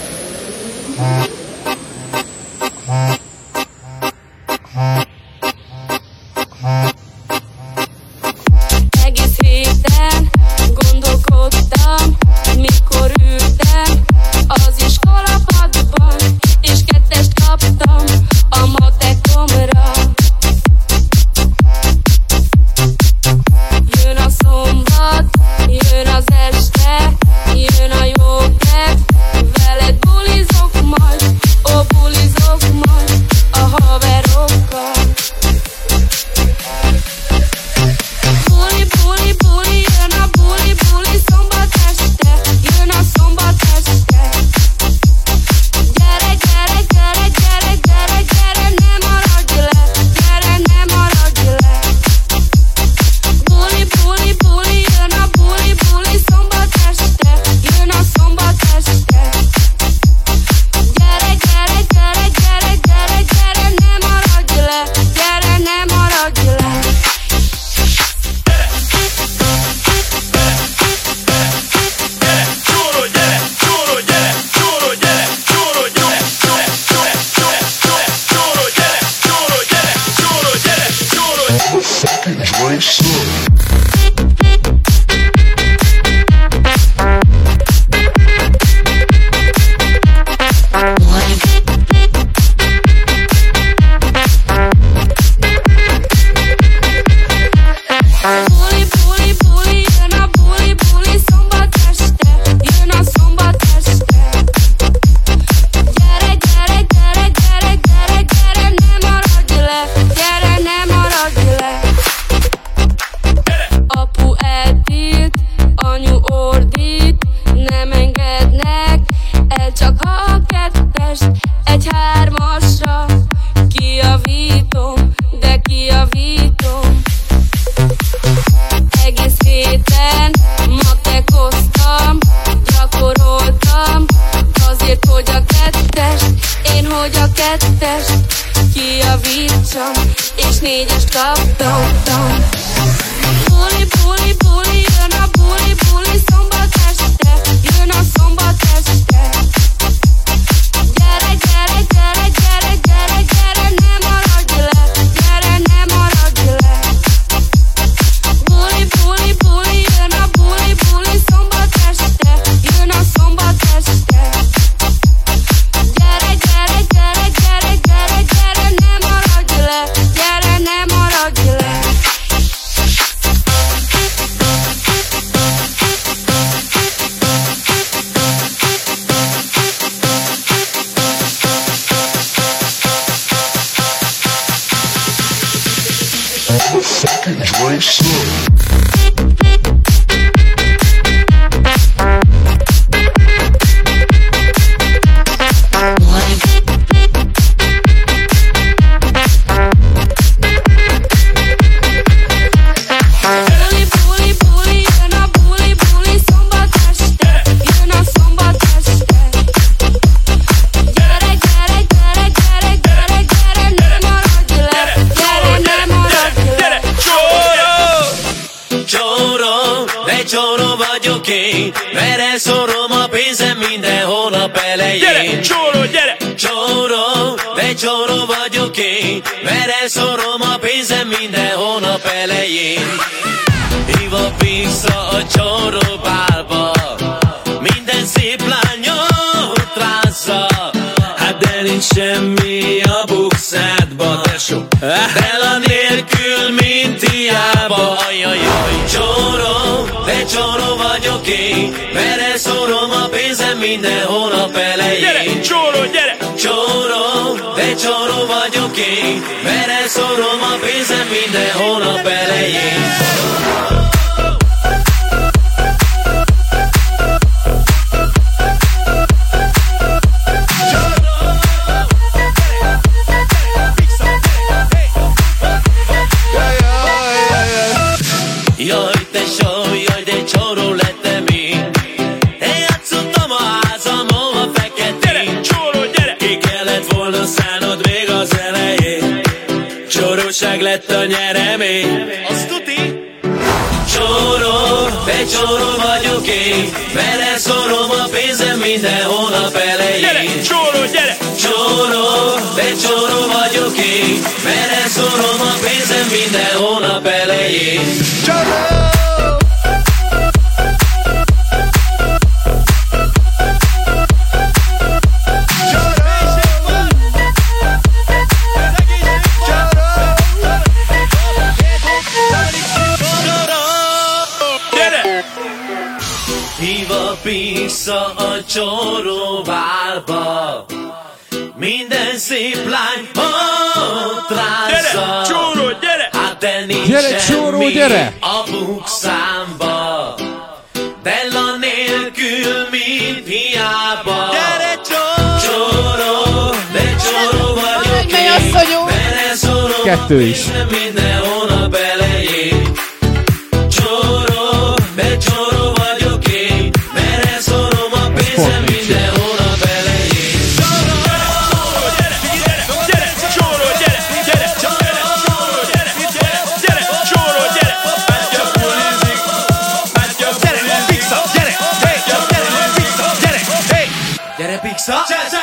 S6: Egész héten gondolkodtam, mikor ültem az iskolapadban, és kettest kaptam a matekomra. Jön a szombat, jön az este, jön a jó kedv, veled bulizok majd, bulizok majd a haverokkal. Buli, buli, buli, jön a buli, buli, szombat este, jön a szombat este. Gyere, gyere, gyere, gyere, gyere, gyere, ne maradj le, gyere, ne maradj le. Buli, buli, buli, jön a buli, buli, szombat este, jön a szombat este. Gyere, gyere, gyere, gyere, gyere, gyere, ne maradj le, gyere, ne maradj le. Buli, buli, buli, jön a buli, buli, szombat este, jön a szombat este. Gyere, gyere, gyere, gyere, gyere, gyere, ne maradj le, gyere, ne maradj le. Apu eltilt, anyu ordít, nem engednek el, csak a kettest egy hármasra. Kijavítom, de kijavítom. Egész héten matekoztam, gyakoroltam, azért, hogy a kettest, én hogy a kettest kijavítsam, és négyest kaptam. Buli, buli, buli, jön a buli, buli, szombat este, jön a szombat este. Gyere, gyere, gyere, gyere, gyere, gyere, ne maradj le, gyere, ne maradj le. Buli, buli, buli, jön a buli, buli, szombat este, jön a szombat este. Gyere, gyere, gyere, gyere, gyere, gyere, ne maradj le, gyere, ne maradj le.
S14: Fucking Dre Slow.
S9: elején. Csóró, de csóró vagyok én, mert elszorom a pénzem minden hónap elején. Hívok vissza a csóró bálba, minden szép lányot rázza. Hát de nincs semmi a bukszádba, tesó, Della nélkül mint hiába. Ajajaj, csóró, de csóró vagyok én, mert elszorom a pénzem minden hónap elején. Gyere, csóró, gyere! Csóró, de csóró vagyok én, mert elszorom a pénzem minden hónap elején. Jaj, tesó, jaj, de csóró lettem én. Én játszottam a házam, hova feketén. Gyere, csóró, gyere! Ki kellett volna szánod még az elején. Csóróság lett a nyeremény. Azt tuti? Csóró, de csóró vagyok én, mert elszorom a pénzem minden hónap elején. Gyere, csóró, gyere! Csóró, de csóró vagyok én, mert elszorom a pénzem minden hónap elején. Csóró! Hívok vissza a csóróbálba, minden szép lány ott rázza. Gyere, csóró, gyere! Hát de nincs gyere, csóró, semmi gyere! A bukszámba, Della nélkül mint hiába. Gyere, csóró, de csóró vagyok én, mert elszorom minden hónap elején. Csóró, de csóró vagyok én, mert elszorom a pénzem minden hónap elején. Csóró, gyere, gyere, gyere, csóró, gyere, gyere, gyere, csóró, gyere, gyere, gyere, csóró, gyere, adja pulizik, adja pulizik, pizza, gyere, hey, gyere, pizza, gyere, hey, gyere, pizza,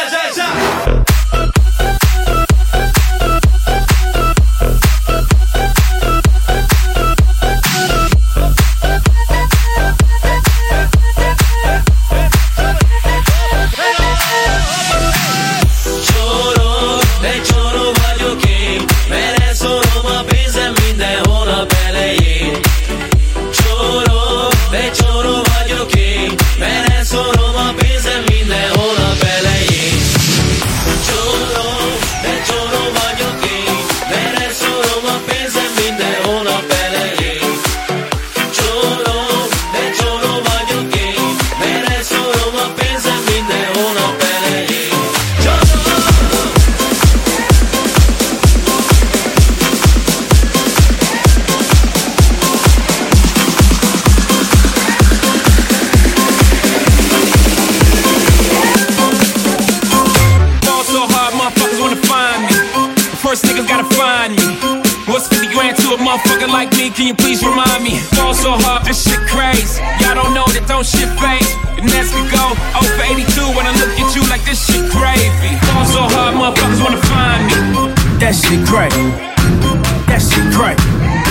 S9: can you please remind me? Fall so hard, this shit crazy. Y'all don't know that don't shit phase. The next could go 0 for 82 when I look at you like this shit gravy. Fall so hard, motherfuckers wanna find me. That shit crazy. That shit crazy.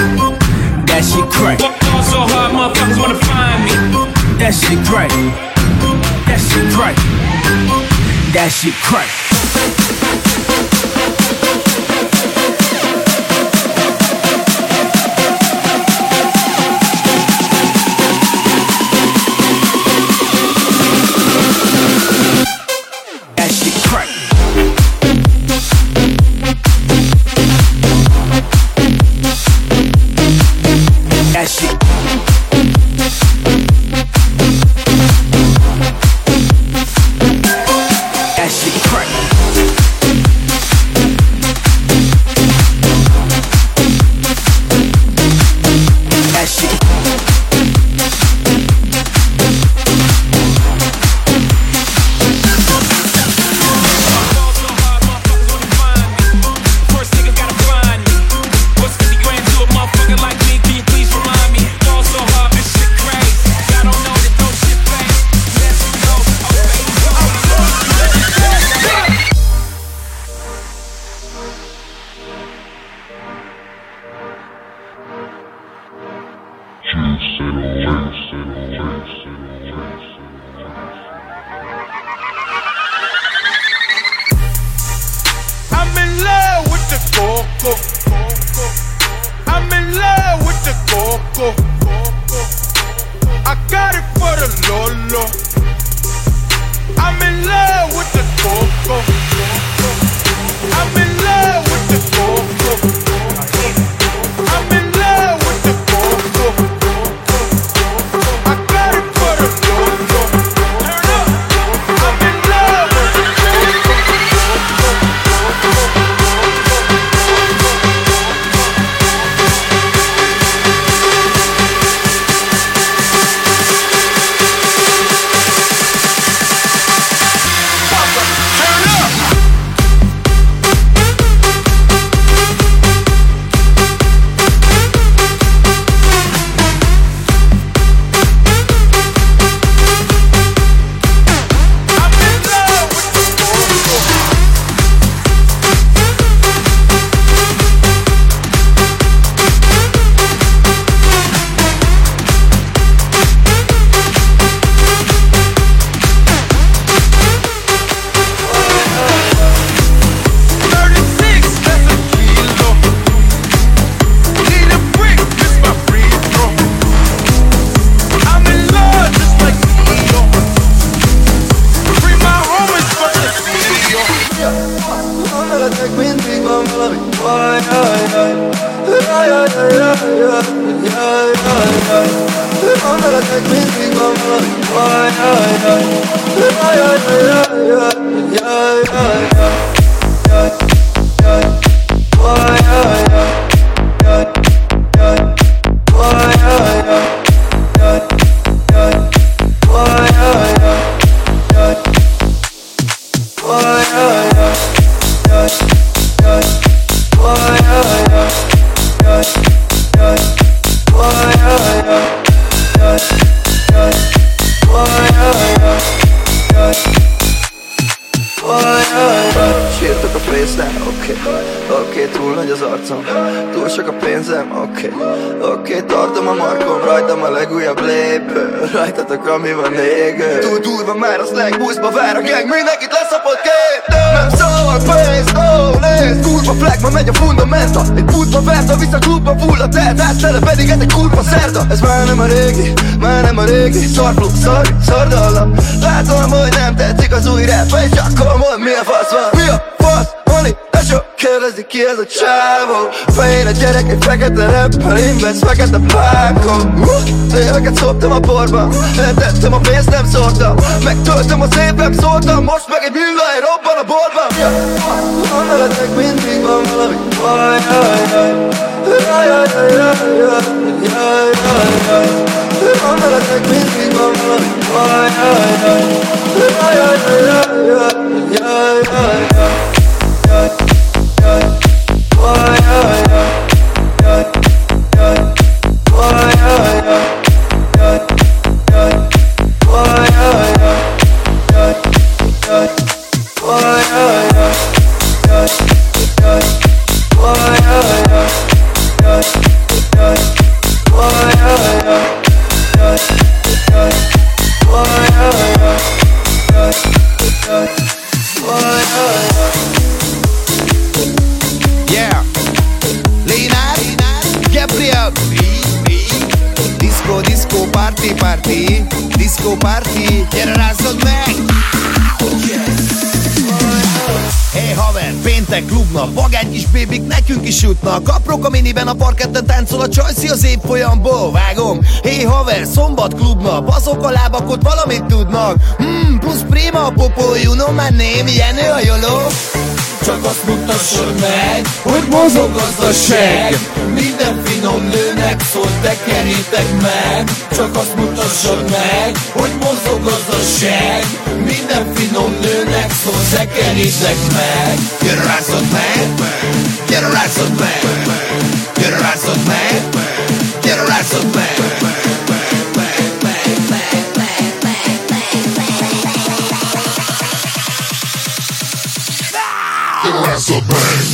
S9: That shit crazy. Fall so hard, motherfuckers wanna find me. That shit crazy. That shit crazy. That shit crazy. That shit crack.
S14: coco. I got it for the Lolo. I'm in love with the coco. I'm in love with the coco. I'm in love with the coco. I got it for the Lolo. Turn up. I'm in love with the
S15: Sírtok a pénznek, oké, túl nagy az arcom. Túl sok a pénzem, oké, tartom a markom. Rajtam a legújabb lépő, rajtatok ami van égő. Túl durva már a slang, buszba vár a gang, mindenkit leszapott képtől. Nem szól pénz, nézd, kurva flag, ma megy a fundamenta. Egy putba vert, a vissza klubba full a telt, áttele pedig ez egy kurva szerda. Ez már nem a régi, szarfluk, szardallam. Látom, hogy nem tetszik az új rap, és akkor mondd, mi a fasz van. Mi a fasz, Moni, tesó, kérdezik ki ez a csávó. Fején a gyerek egy fekete rappel, invesz fekete pákon. Éveket szoptam a porban, eltettem a pénzt, nem szórtam. Megtöltöm az évem, szóltam, most meg egy művely robban a boltban. Veletek mindig van valami baj, veletek mindig van valami baj,
S16: Yeah, Lénár, Gabriel, disco, party, gyere rázzad meg! Hey haver, péntek klubnap, vagány kis bébik nekünk is jutnak. Aprok a miniben a parketten táncol a csajszi az évfolyamból, vágom. Hey haver, szombat klubnap, azok a lábak ott valamit tudnak. Plusz prima a popó, you know my name, Jenő a joló.
S17: Csak azt mutassad meg, hogy mozog az a seg. Minden finom nőnek szól, tekerjétek meg. Csak azt mutassad meg, hogy mozog az a seg. Minden finom nőnek szól, tekerjétek meg.
S16: Gyere rázzad meg, gyere rázzad meg, gyere rázzad meg, gyere rázzad meg.
S18: That's a bang.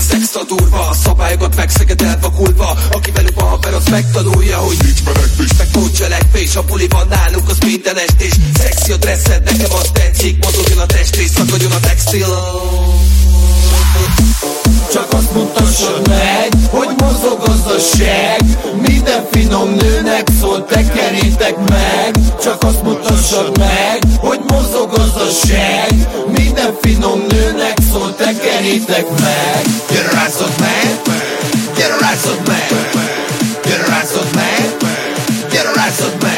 S7: szex a durva, a szabályokat megszeged elvakulva. Aki velük van haver, az megtanulja, hogy nincs menekvés, meg nincs cselekvés. A buli van nálunk, az minden estés. Szexi a dresszed, nekem az tetszik. Mozogjon a testrész, szakadjon a textil.
S17: Csak azt mutassad meg, hogy mozog az a seg. Minden finom nőnek szól, tekerítek meg. Csak azt mutassad meg, hogy mozog az a seg. Minden finom nőnek szól, tekerítek meg.
S16: Gyere meg, gyere meg, gyere meg, gyere meg.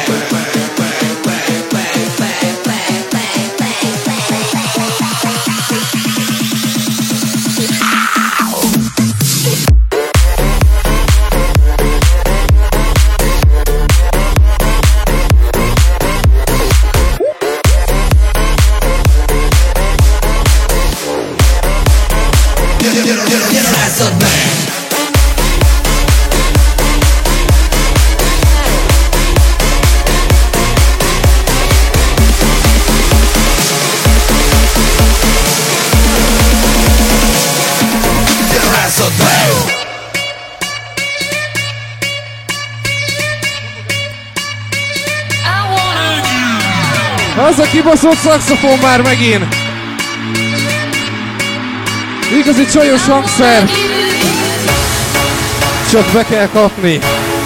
S3: Az a kibaszott szaxofon már megint! Igazi csajos hangszer! Csak be kell kapni!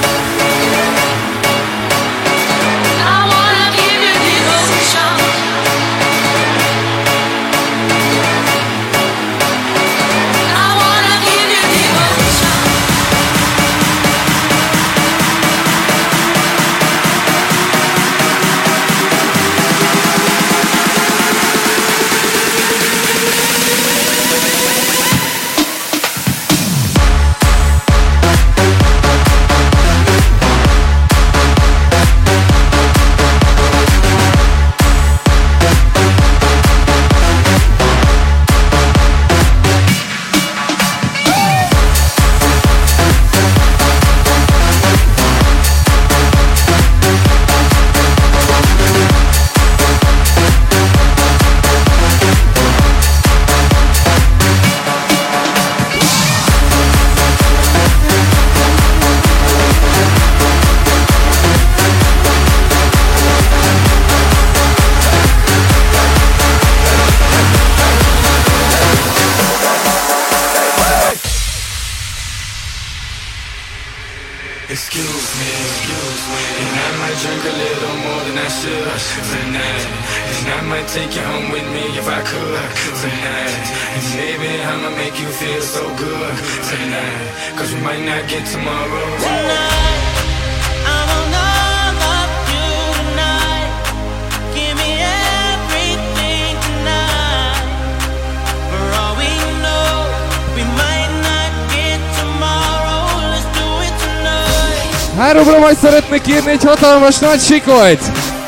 S3: Háromra majd szeretnék írni egy hatalmas nagy sikolyt!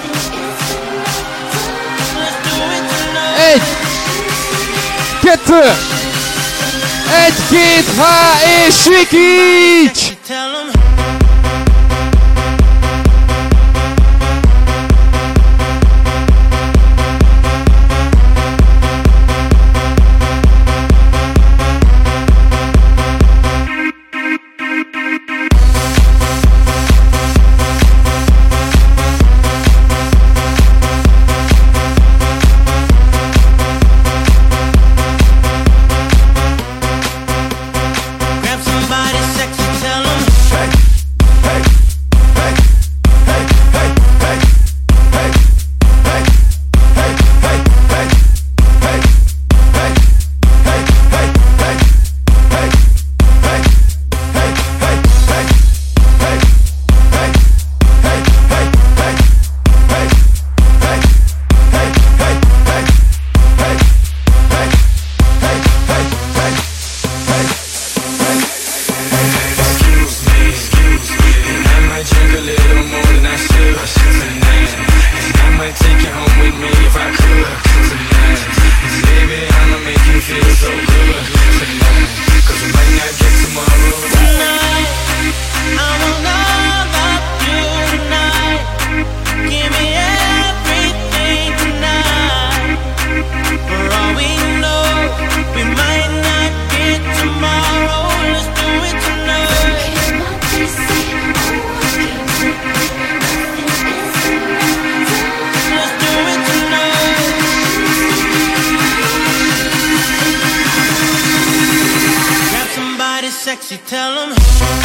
S3: 1, 2, 1, 2, és sikíts!
S10: sexy, tell them.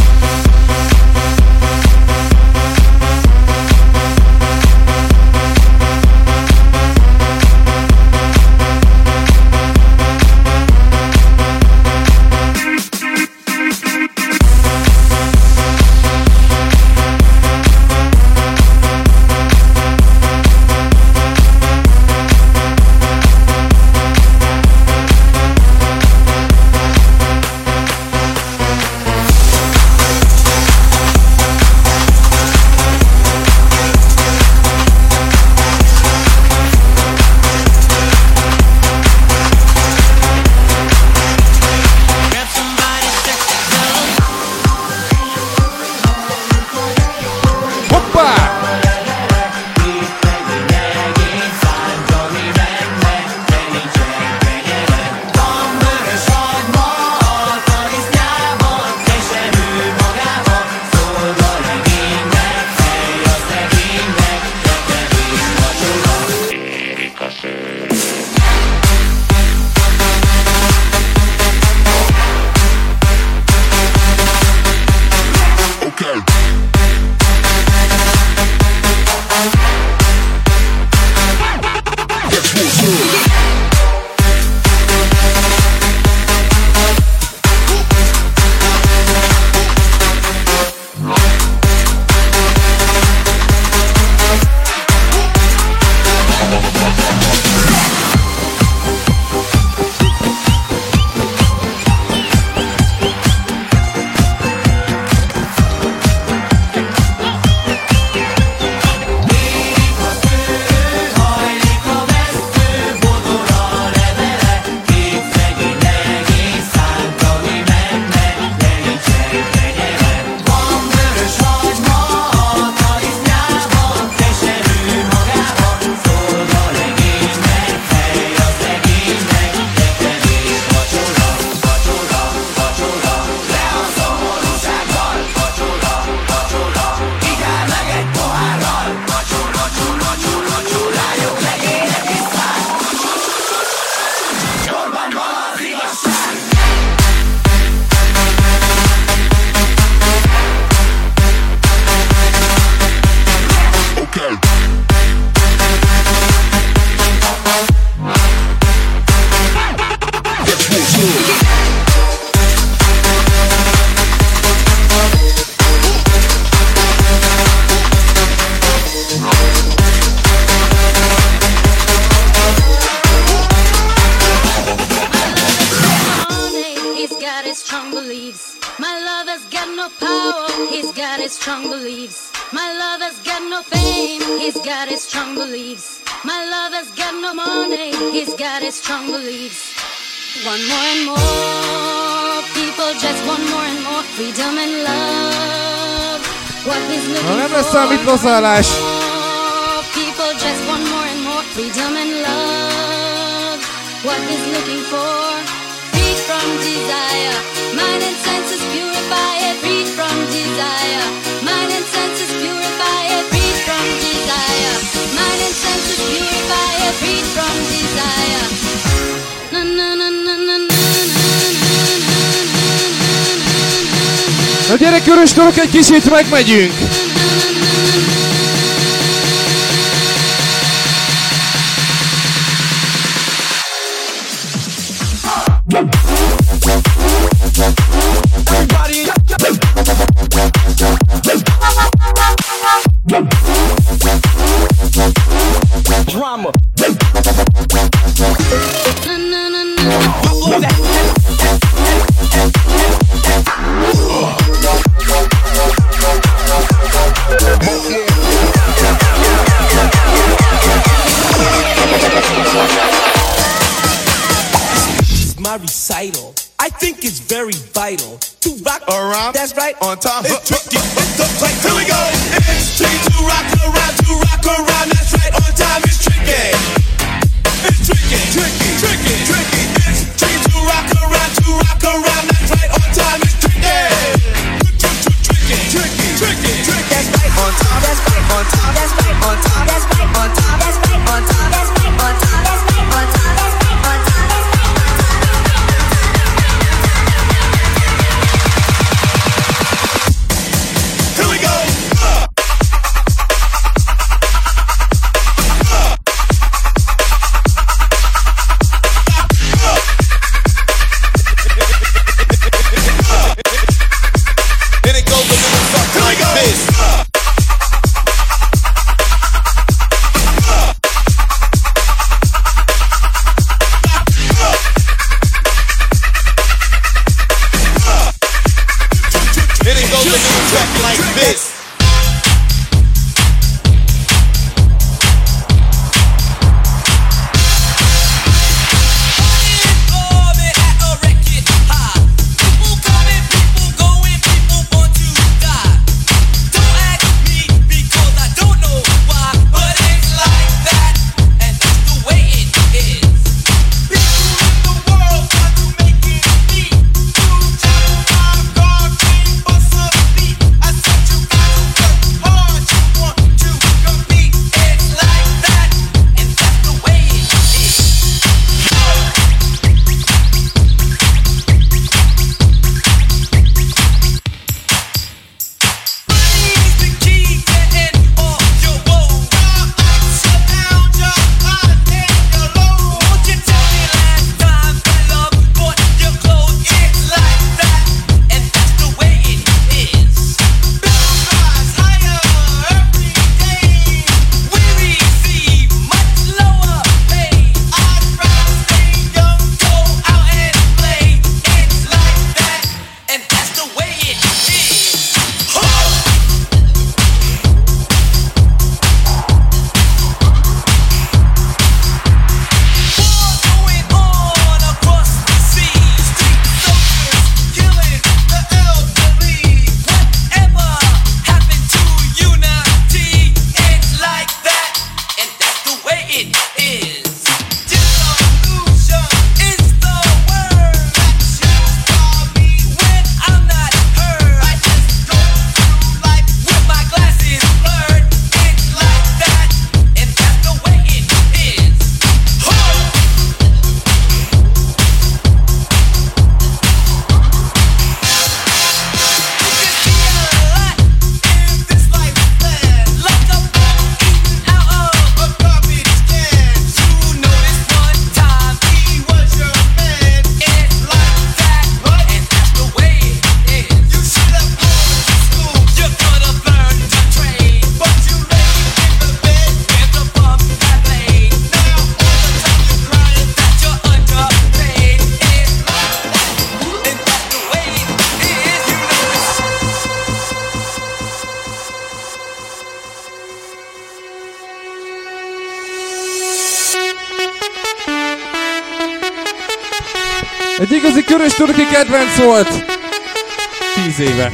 S3: Na nem lesz számít lazállás. Na gyere, körös torok, egy kicsit megmegyünk!
S10: Drama. My recital, I think it's very vital to rock around. That's right, on time. It's tricky. It's the place. Here we go. It's tricky to rock around. To rock around. That's right, on time. It's tricky. It's tricky, tricky, tricky, tricky. It's tricky to rock around. To rock around. That's right, on time. It's tricky. Tricky, tricky, tricky, tricky. That's right, on time. That's right, on time. That's right, on time. That's right, on time. That's right, on time. That's right, on time. That's right, on time. That's right, on time.
S3: Egy igazi körös turki kedvenc volt 10 éve.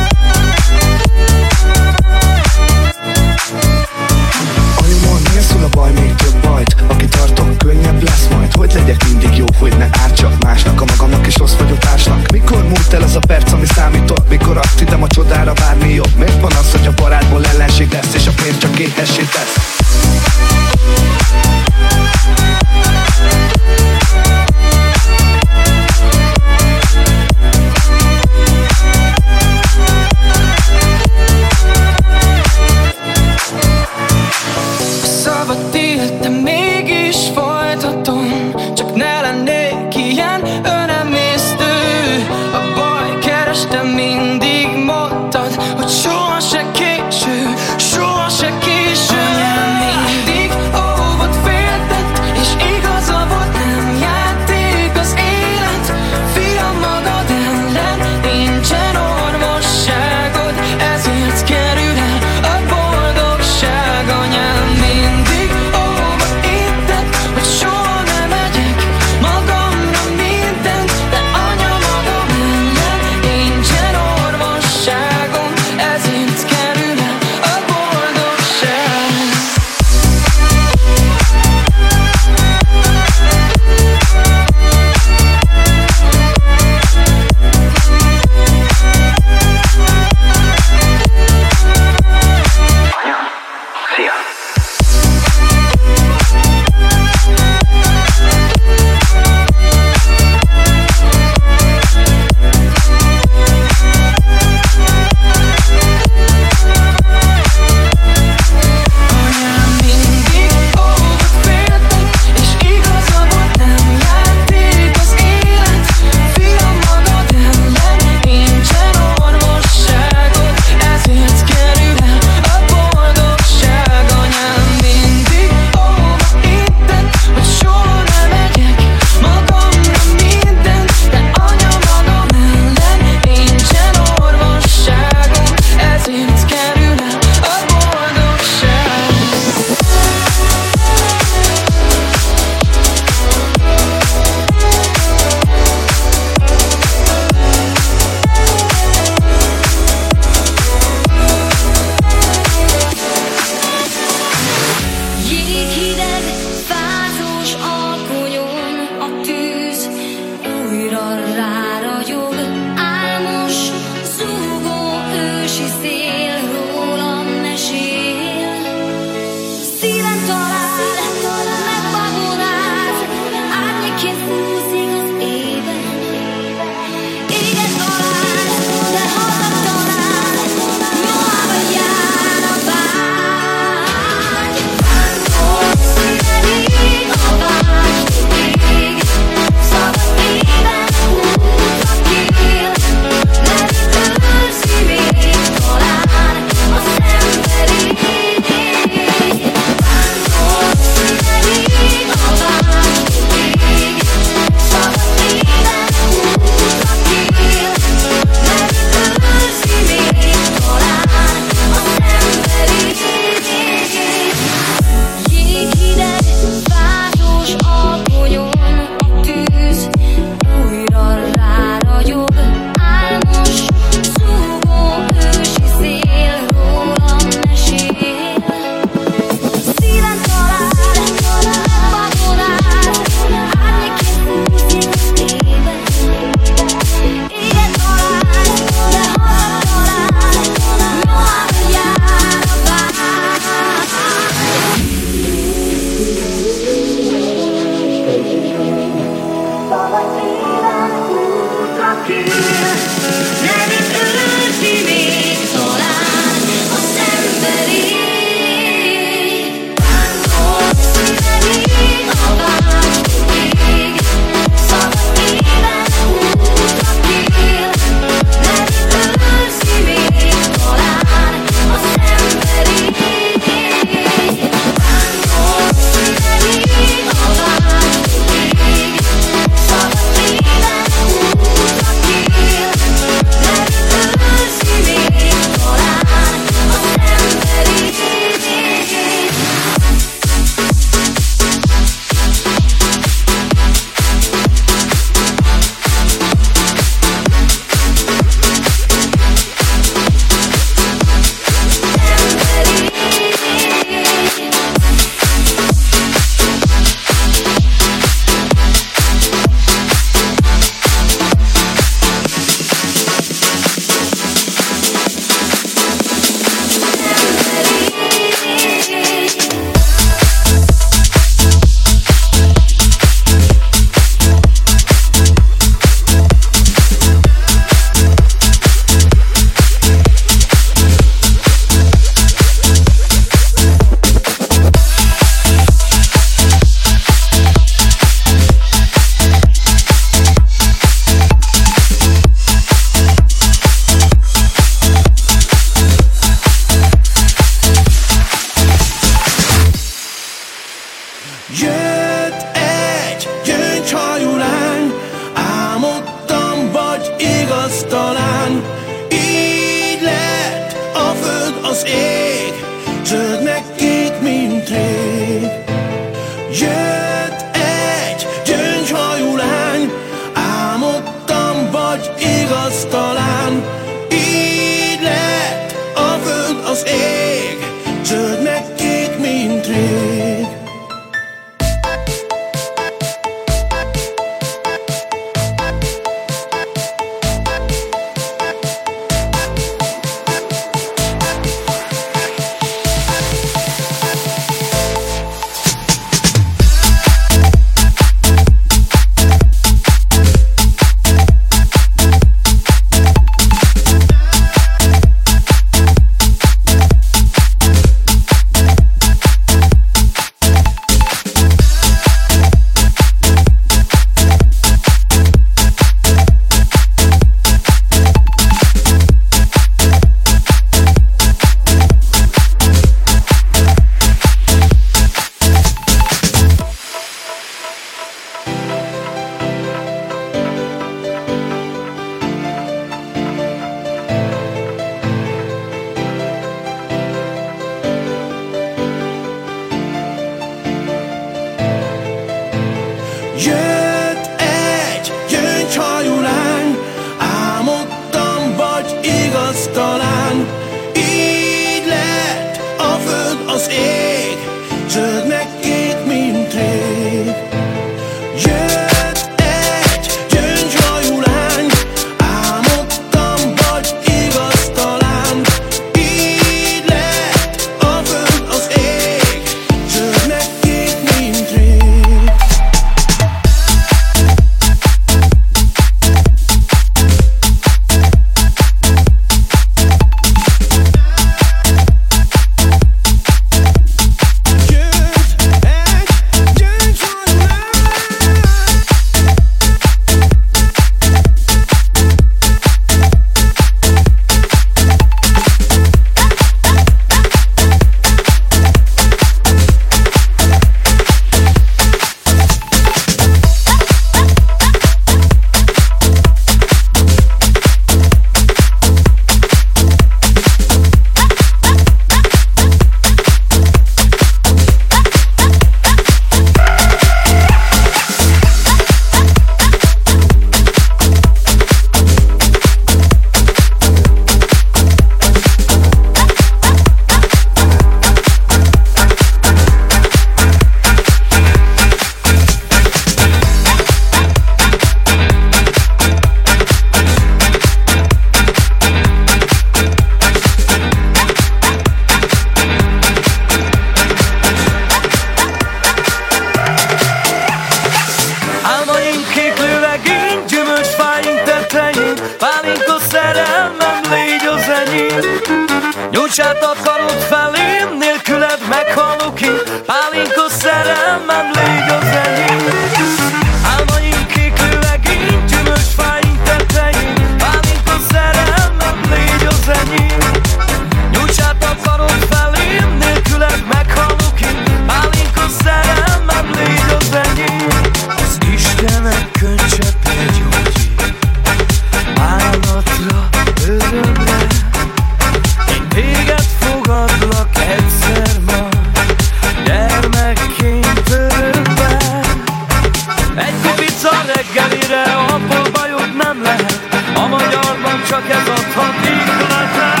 S19: Pálinka szerelmem, légy az enyém. Nyújts át a karod felém, nélküled meghalok én. Pálinka szerelmem, légy az enyém. Álmaim kéklő legény, gyümölcs fáink tetején. Pálinka szerelmem, légy az enyém. Nyújts át a karod felém, nélküled meghalok én. Pálinka szerelmem, légy az enyém. Az Istenek könycseppje gyógyít, bánatra, örömre. Én téged fogadlak egyszer majd, gyermekként örökbe. Egy kupica reggelire, abból bajod nem lehet, a magyarban csak ez adhatik lehet.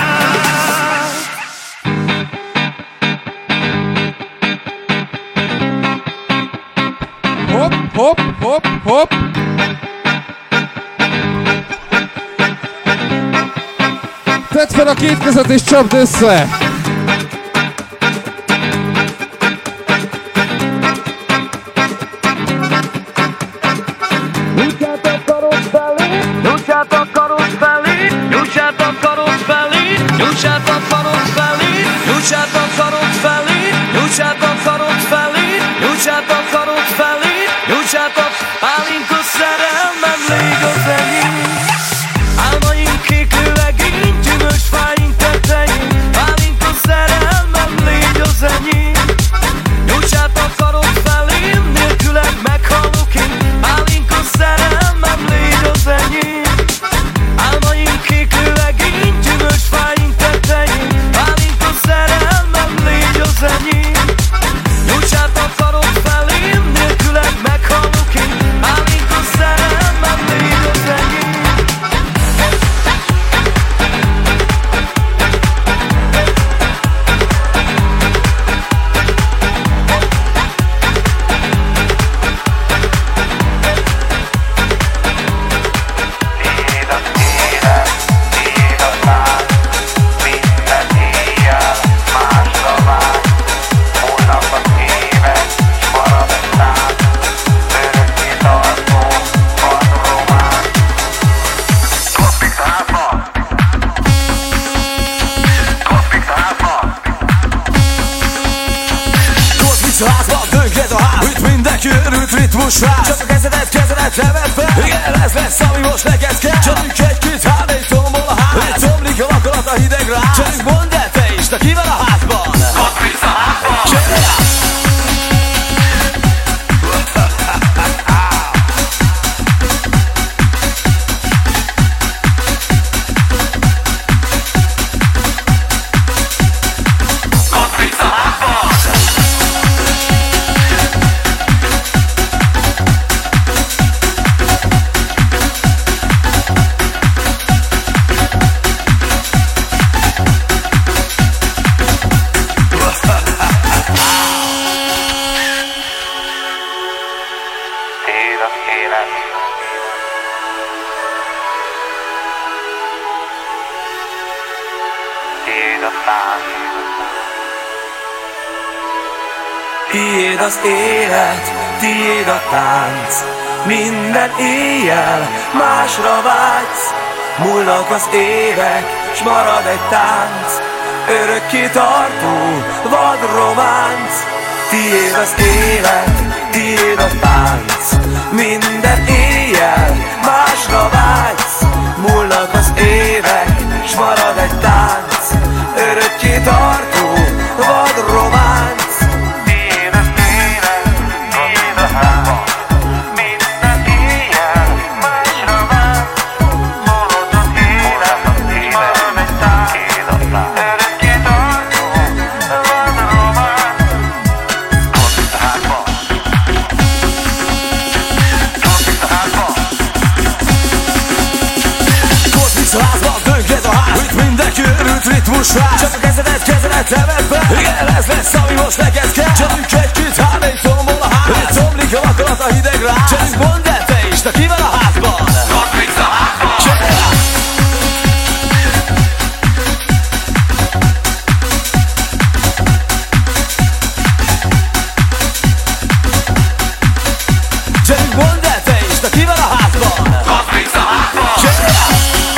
S3: Hopp, hopp, hopp, hopp. Tedd fel a két kezet és csapd össze!
S19: Nyújts át a karod felé, nyújts át a karod felé, nyújts át a karod felé, nyújts át a karod felé, nyújts át a karod felé, nyújts át a karod felé, nyújts át a karod felé, nyújts át a pálinka szerelmem, légy az enyém. Álmaim kéklő legény, gyümölcs fáink tetején. Pálinka szerelmem, légy az enyém. Nyújts át a karod felém, nélküled meghalok én. Pálinka szerelmem, légy az enyém. Álmaim kéklő legény, gyümölcs fáink tetején. Pálinka szerelmem, légy az enyém. Nyújts át a karod felém, nélküled meghalok én. Pálinka szerelmem, légy az enyém.
S7: Csak a kezedet emeld fel. Igen, ez lesz, ami most neked kell. Cserünk egy-két hár, egy tombol a ház. Egy tomlik a vakarat a hideg ráz. Cserünk, mondd el te is, te ki van a hátban? Ott vissza hátban. Cserélj!
S19: Tiéd az élet, tiéd a tánc, minden éjjel másra vágysz. Múlnak az évek, s marad egy tánc, örökké tartó vad románc. Tiéd az élet, tiéd a tánc, minden éjjel másra vágysz. Múlnak az évek, s marad egy tánc, örökké tartó vad románc. Csak a kezedet emeld fel. Igen, ez lesz, ami most neked kell. Cserünk egy-két hár, egy tombol a ház. Egy tomlik a vakarat a hideg ráz. Cserünk, mondd el te is, te ki van a hátban? Ott vissza hátban. Cserélj! Cserünk, mondd el te is, te ki van a hátban? Ott vissza hátban. Cserélj!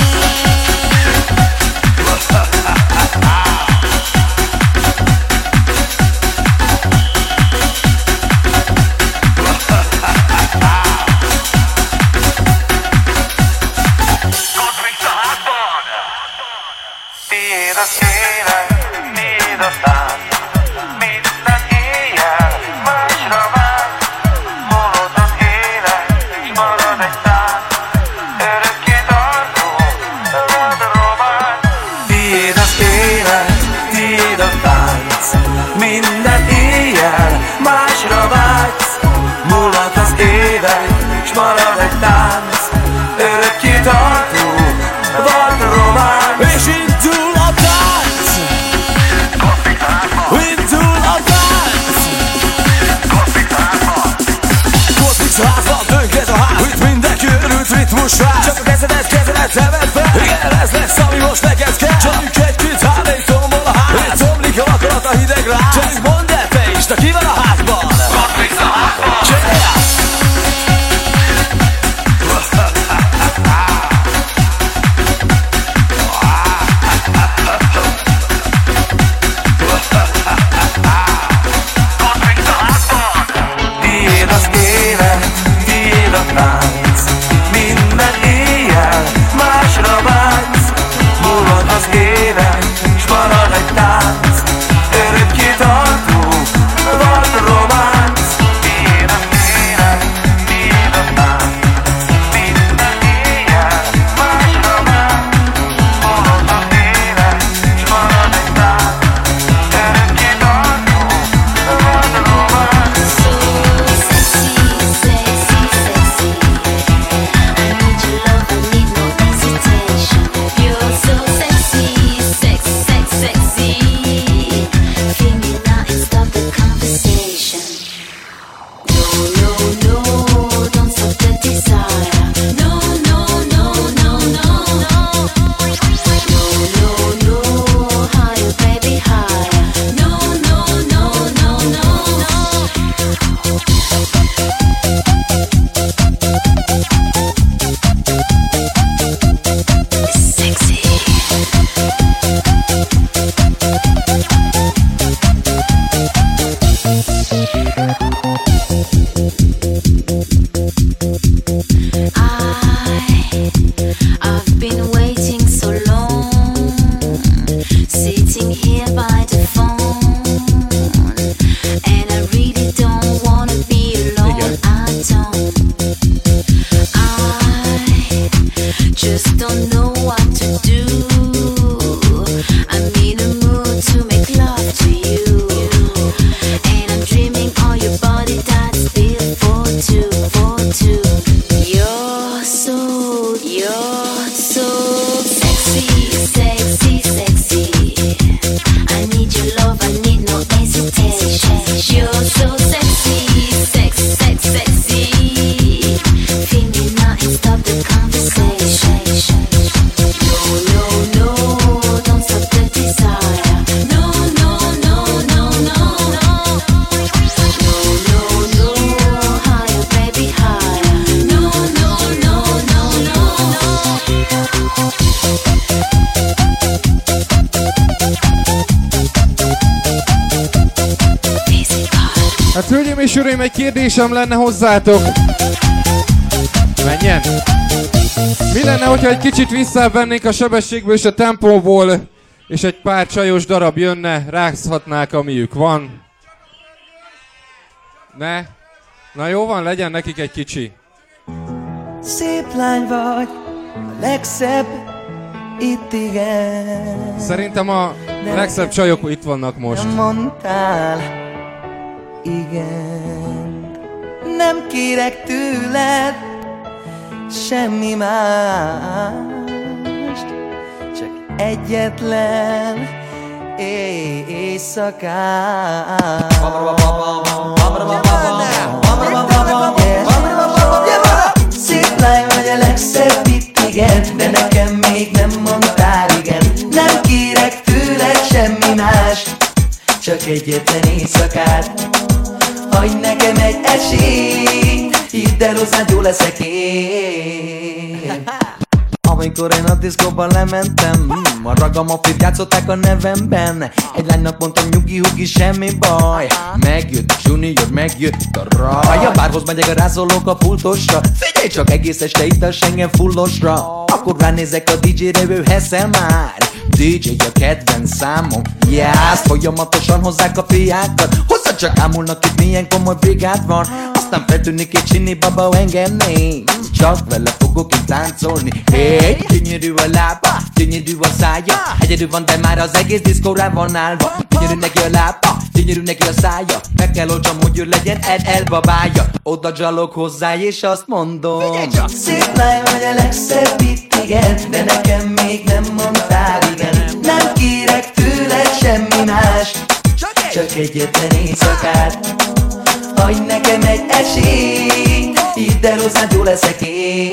S19: az élet, tiéd a tánc. Minden éjjel másra vársz. Holod az élet, s marad egy tánc. Örökké tartó, vad románc. Tiéd az élet, tiéd a tánc. Minden éjjel másra vágysz. Múlhat az évek, s marad egy tánc. Örökké tartó, vad románc. És indul a tánc. Indul a tánc. Kozmik házban dönged a ház. Itt mindenki örült ritmusát. Csak a kezedet eved be. Igen, ez lesz, ami most neked kell. Csak egy-két hálé tombol a ház. Itt omlik a akarat a hideg ráz. Csak mondd el te is, de ki van a házban? Kozmik a házban. Tiéd az élet, tiéd a tánc. Minden éjjel másra vágysz. Múlhat az élet, s marad egy tánc. Örökké tartó, vad románc. Tiéd az élet, tiéd a tánc. Minden éjjel másra vágysz. Múlhat az élet, s marad egy tánc. Örökké tartó, vad románc.
S6: I've been waiting so long, sitting here by the phone, and I really don't wanna be alone. I don't. I just don't know what to do. I'm in a mood to make love to you, and I'm dreaming all your body that's built for two, for two. You're so sexy, sexy, sexy. I need your love, I need no hesitation. You're so sexy, sexy, sexy, sexy. Feel me now and stop the conversation. No, no, no, don't stop the desire. No, no, no, no, no, no. No, no, no, higher, baby, higher. No, no, no, no, no, no.
S3: Hát hölgyeim és uraim, egy kérdésem lenne hozzátok. Menjen! Mi lenne, hogyha egy kicsit visszavennénk a sebességből és a tempóból, és egy pár csajos darab jönne, rászhatnák, amiük van? Ne? Na jó van, legyen nekik egy kicsi.
S10: Szép lány vagy, a legszebb, itt igen.
S3: Szerintem a legszebb csajok itt vannak most.
S10: Nem mondtál, igen. Nem kérek tőled semmi mást, csak egyetlen éjszakát. Szép lány vagy, a legszebb itt igen, de nekem még nem mondtál igen. Nem kérek tőled semmi más, csak egyetlen éjszakát. Adj nekem egy esélyt, hidd el hozzád, jó leszek én. Amikor én a diszkóban lementem, a ragamafit játszották a nevemben. Egy lánynak mondtam, nyugi-hugi, semmi baj. Megjött Junior, megjött a raj. A bárhoz megyek, a rázolok a pultosra. Figyelj csak, egész este itt a Schengen fullosra. Akkor ránézek a DJ-re, ő heszel már.
S20: DJ a kedvenc számom, yes. Folyamatosan hozzák a fiákat, hozzá csak ámulnak itt milyen komoly brigád van. Aztán feltűnik egy csini baba engem néz, csak vele fogok én táncolni. Hey, gyönyörű a lába, gyönyörű a szája, egyedül van, de már az egész diszkó rá van állva. Gyönyörű neki a lába, gyönyörű neki a szája, meg kell olcsam, hogy ő legyen el babája. Oda zsalog hozzá és azt mondom, figyelj csak!
S8: Szép lány vagy a legszebb itt, igen, de nekem még nem mondtál igen. Nem kérek tőled semmi más, csak egyetlen éjszakát. Adj nekem egy esélyt, hidd el hozzád, jó leszek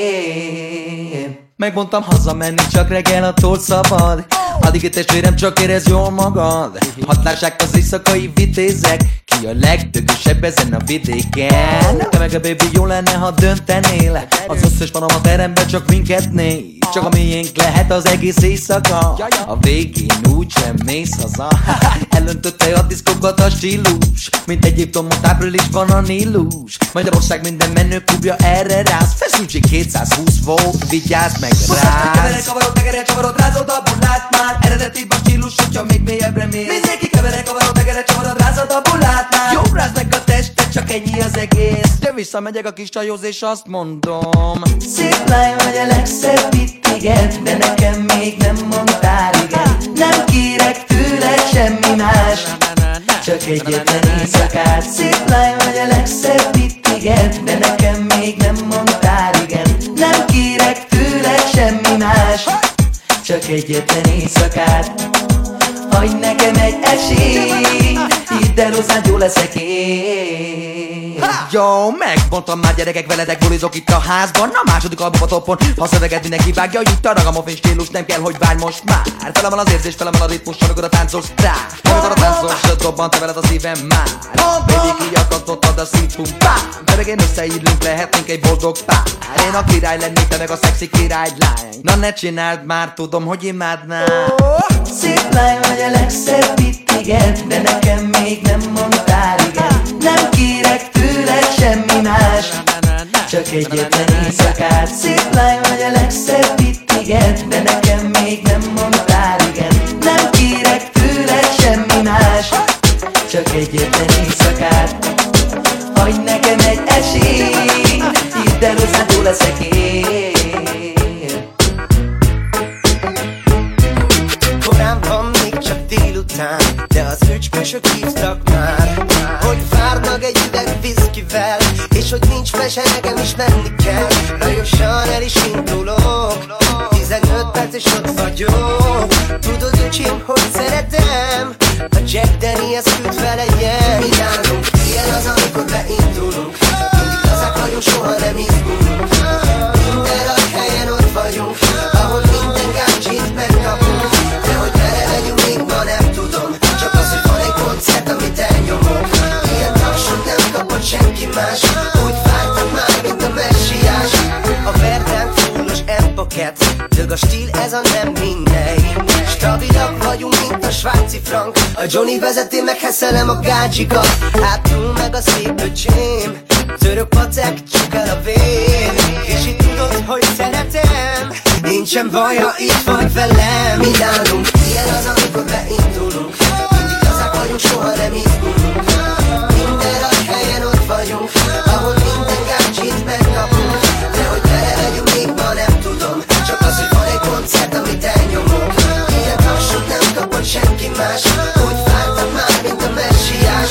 S8: én.
S20: Megmondtam hazamenni, csak reggel szabad. Addig itt testvérem, csak érezd jól magad. Hadd lássák az éjszakai vitézek, ki a legdögösebb ezen a vidéken. Te meg a baby, jó lenne, ha döntenél. Az összes panom a teremben csak minket néz. Csak a miénk lehet az egész éjszaka. A végén úgysem mész haza. Elöntötte a diszkókat a stílus, mint Egyiptomot áprilisban a Nílus. Magyarország minden menő klubja erre rász. Feszültség 220 volt, vigyázz meg rász.
S8: Keverek, kavarod, tegerek, csavarod, rázod a bullát már. Eredetibb a stílus, hogyha még mélyebbre mész. Mindenki keverek, kavarod, tegerek, csavarod, rázod a bullát már. Jó, rázd meg a testet, csak ennyi az egész.
S20: De visszamegyek a kis csajhoz és azt mondom,
S8: szép lány vagy a legszebb itt, igen, de nekem még nem mondtál igen. Nem kérek tőled semmi más, csak egyetlen éjszakát. Szép lány vagy a legszebb itt, igen, de nekem még nem mondtál igen. Nem kérek tőled semmi más, csak egyetlen éjszakát. Adj nekem egy esélyt, hidd el hozzád, jó leszek én.
S20: Jó, megmondtam már gyerekek, veletek bulizok itt a házban. A második album a toppon, ha szöveget mindenki vágja. Itt a ragamofén stílus, nem kell, hogy várj most már. Fele van az érzés, fele van a ritmus, amikor a táncolsz rá. Amikor a táncolsz, dobban te veled a szívem már. Baby, kiakasztottad a szívpumpám. Te meg én összeillünk, lehetnénk egy boldog pár. Én a király lennék, te meg a szexi királylány. Na ne csináld már, tudom, hogy imádnál.
S8: Szép lány vagy a legszebb itt, igen, de nekem még nem mondtál igen. Nem kérek tőled semmi más, csak egyetlen éjszakát. Szép lány vagy a legszebb itt, igen, de nekem még nem mondtál igen. Nem kérek tőled semmi más, csak egyetlen éjszakát. Adj nekem egy esélyt, hidd el hozzád, jó leszek én.
S21: Korán van, még csak délután, de az ügykösök hívtak már, hogy várnak egy üveg viszkivel, és hogy nincs mese, nekem is menni kell. Rajosan el is indulok, 15 perc és ott vagyok. Tudod, öcsém, hogy szeretem a Jack Daniels küld vele ilyen. Mi nálunk ilyen az, amikor beindulunk, mindig lazák vagyunk, soha nem izgulunk. Minden a helyen ott vagyunk, ahol minden gácsit megkapunk. De hogy vele legyünk, még ma nem tudom, csak az, hogy van egy koncert, amit elnyomok. Ilyen tapsot nem kapott senki más, úgy vártak már, mint a messiás. A verdán fullos M-paket, dög a stíl, ez a nem mindegy. Stabilabb vagyunk, mint a svájci frank. A Johnny vezeti, megheszelem a gácsikat. Hátul meg a szép öcsém, török pacek, csak el a vér. És itt tudod, hogy szeretem, nincsen baja, itt vagy velem. Mi nálunk ilyen az, amikor beindulunk, mindig lazák vagyunk, soha nem izgulunk. Minden a helyen ott vagyunk, ahol minden gácsit megkapunk. De hogy vele legyünk, még ma nem tudom, csak az, hogy van egy koncert, amit elnyomok. Ilyen tapsot nem kapott senki más, úgy vártak már, mint a messiás.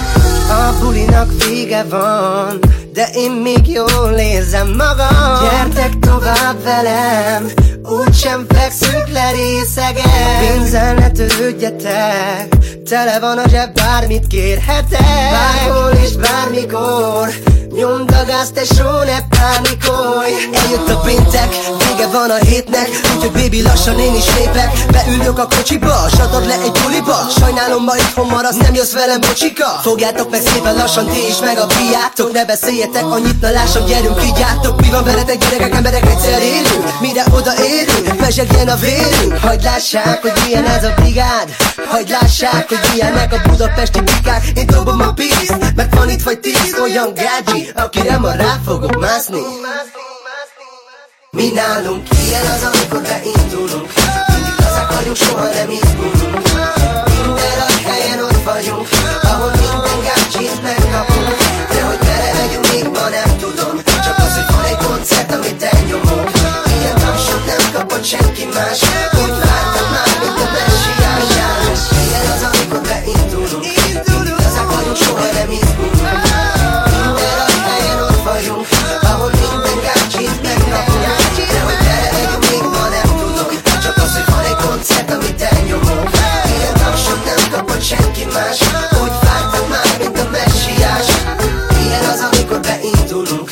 S21: A bulinak vége van, de én még jól érzem magam. Gyertek tovább velem, úgysem fekszünk le részegen. Pénzzel ne törődjetek, tele van a zseb, bármit kérhetek. Bárhol és bármikor, nyomd a gázt, tesó, ne pánikolj. Eljött a péntek, vége van a hétnek, úgyhogy baby lassan én is lépek. Beülök a kocsiba, s adod le egy buliba. Sajnálom, ma itthon maradsz, nem jössz velem, bocsika. Fogjátok meg szépen lassan, ti is meg a piátok. Ne beszéljetek annyit, na lássam, gyerünk, vigyátok. Mi van veletek, gyerekek, emberek, egyszer élünk. Mire odaérünk, mezsegjen a vérünk. Hagyd lássák, hogy milyen ez a brigád. Hagyd lássák, hogy milyenek a budapesti bikák. Én dobom a pízt, mert van itt vagy 10 olyan gágyi, akire ma rá fogok mászni. Mi nálunk ilyen az, amikor beindulunk, mindig lazák vagyunk, soha nem izgulunk. Minden nagy helyen ott vagyunk, ahol minden gácsit megkapunk. De hogy vele legyünk, még ma nem tudom. Csak az, hogy van egy koncert, amit elnyomunk. Ilyen tapsot nem kapott senki más. Úgy vártam már, mint a messiás. Ilyen az, amikor beindulunk. Igazak vagyunk, soha nem izgulunk. Minden nagy helyen ott vagyunk, ahol minden gácsit megkapunk. De hogy vele legyünk, még ma nem tudom. Csak az, hogy van egy koncert, amit elnyomunk. Ilyen tapsot nem kapott senki más. Úgy vártam már, mint a messiás. Ilyen az, amikor beindulunk.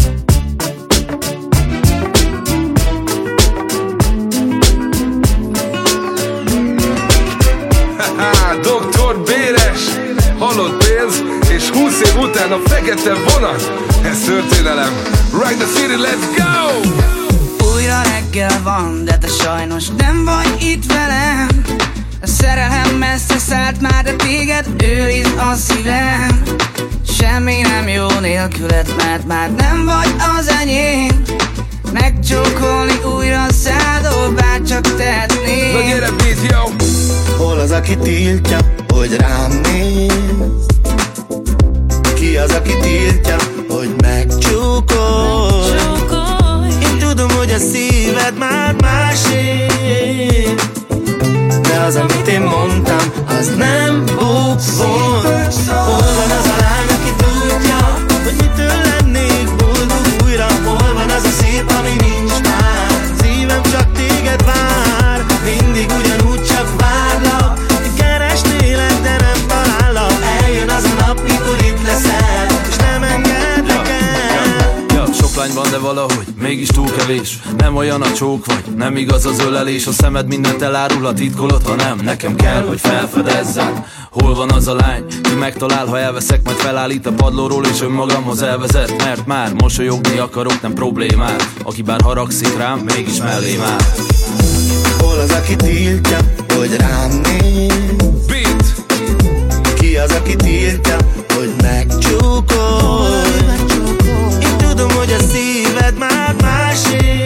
S1: Doktor Béres, halott pénz, és 20 év után a fekete vonat. Ez történelem. Ride the city, let's go!
S22: Újra reggel van, de te sajnos nem vagy itt velem. A szerelem messze szállt már, de téged őriz a szívem. Semmi nem jó nélküled, mert már nem vagy az enyém. Megcsókolni újra szádol, bárcsak tehetnék.
S1: Na gyere, beat, yo!
S16: Hol az, aki tiltja, hogy rám néz? Ki az, aki tiltja, hogy megcsókolj? Én tudom, hogy a szíved már másé, de az, amit én mondtam, az nem bukfon. Hol van az a lány, aki tudja, hogy mitől lennék boldog újra? Hol van az a szép, ami nincs már? Szívem csak téged vár, mindig ugyanúgy csak várlak. Keresnélek, de nem talállak. Eljön az a nap, mikor itt leszel, és nem engedlek el.
S9: Sok lány van, de valahogy mégis túl kevés. Nem olyan a csók vagy, nem igaz az ölelés. A szemed mindent elárul, a titkolod, ha nem. Nekem kell, hogy felfedezzem. Hol van az a lány, ki megtalál, ha elveszek, majd felállít a padlóról és önmagamhoz elvezet. Mert már mosolyogni akarok, nem problémát. Aki bár haragszik rám, mégis mellém áll.
S16: Hol az, aki tiltja, hogy rám néz?
S1: Beat!
S16: Ki az, aki tiltja, hogy megcsókolj? Én tudom, hogy a szíved már másé,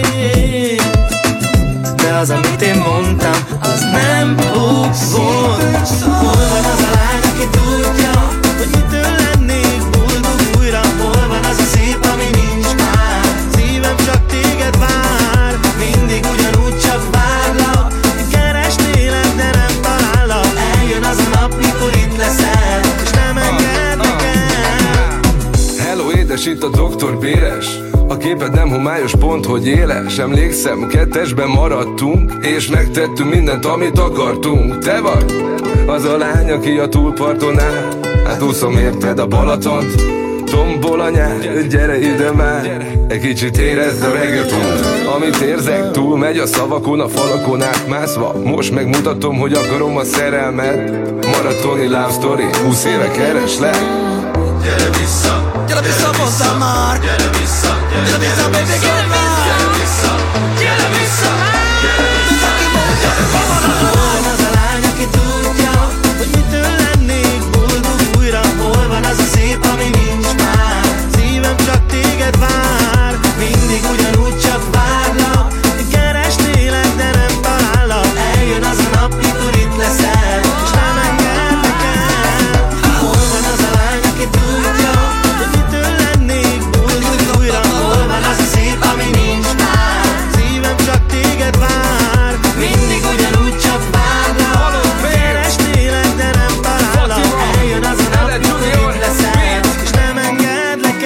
S16: de az, amit én mondtam, az nem bukfon. Hol van az a lány, aki tudja, hogy mitől lennék boldog újra? Hol van az a szép, ami nincs már? Szívem csak téged vár, mindig ugyanúgy csak várlak. Keresnélek, de nem talállak. Eljön az a nap, mikor itt leszel, és nem engedlek el.
S1: Hello, édes, itt a Doktor Béres. A képed nem homályos, pont hogy éles. Emlékszem, kettesben maradtunk, és megtettünk mindent, amit akartunk. Te vagy az a lány, aki a túlparton áll. Hát úszom érted a Balatont, tombol a nyár. Gyere ide már, egy kicsit érezd a reggaetont. Amit érzek, túl megy a szavakon, a falakon átmászva. Most megmutatom, hogy akarom a szerelmet. Maratoni love story, 20 éve kereslek.
S10: Gyere vissza, hozzám már. Gyere vissza, baby, gyere már. Gyere vissza, gyere vissza, gyere vissza.
S16: Hol van az a lány, aki tudja, hogy mitől lennék boldog újra? Hol van az a szép, ami nincs már? Szívem csak téged vár, mindig ugyanúgy csak várlak. Keresnélek, de nem talállak. Eljön az a nap, mikor itt leszel, és nem engedlek el. Hol van az a lány, aki tudja, hogy mitől lennék boldog újra? Hol van az a szép, ami nincs már? Szívem csak téged vár, mindig ugyanúgy csak várlak. Keresnélek, de nem talállak. Eljön az a nap, mikor itt leszel, és nem engedlek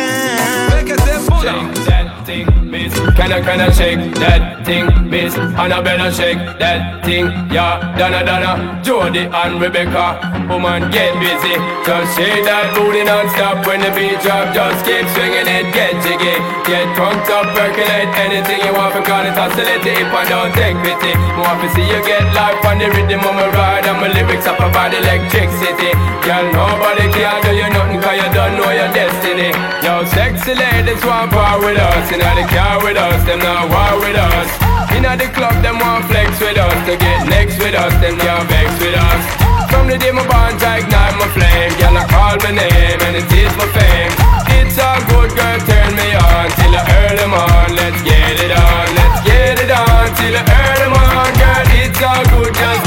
S16: el.
S23: Can I shake that thing, miss? Annabella shake that thing, yeah. Donna, Jody and Rebecca, woman get busy. Just shake that booty non-stop when the beat drop. Just keep swinging it, get jiggy. Get drunk up, percolate anything you want, call it hostility. If I don't take pity, more to see you get life on the rhythm of my ride. And my lyrics up about electricity. Girl, nobody can do you nothing, cause you don't know your destiny. Yo, sexy ladies want part with us, in the car with us, them not war with us. Inna the club, them want flex with us. To get next with us, them can't vex with us. From the day my bond, I ignite my flame. Girl, I call my name and it is my fame. It's all good, girl, turn me on till I earn them on. Let's get it on, let's get it on till I earn them on. Girl, it's all good, just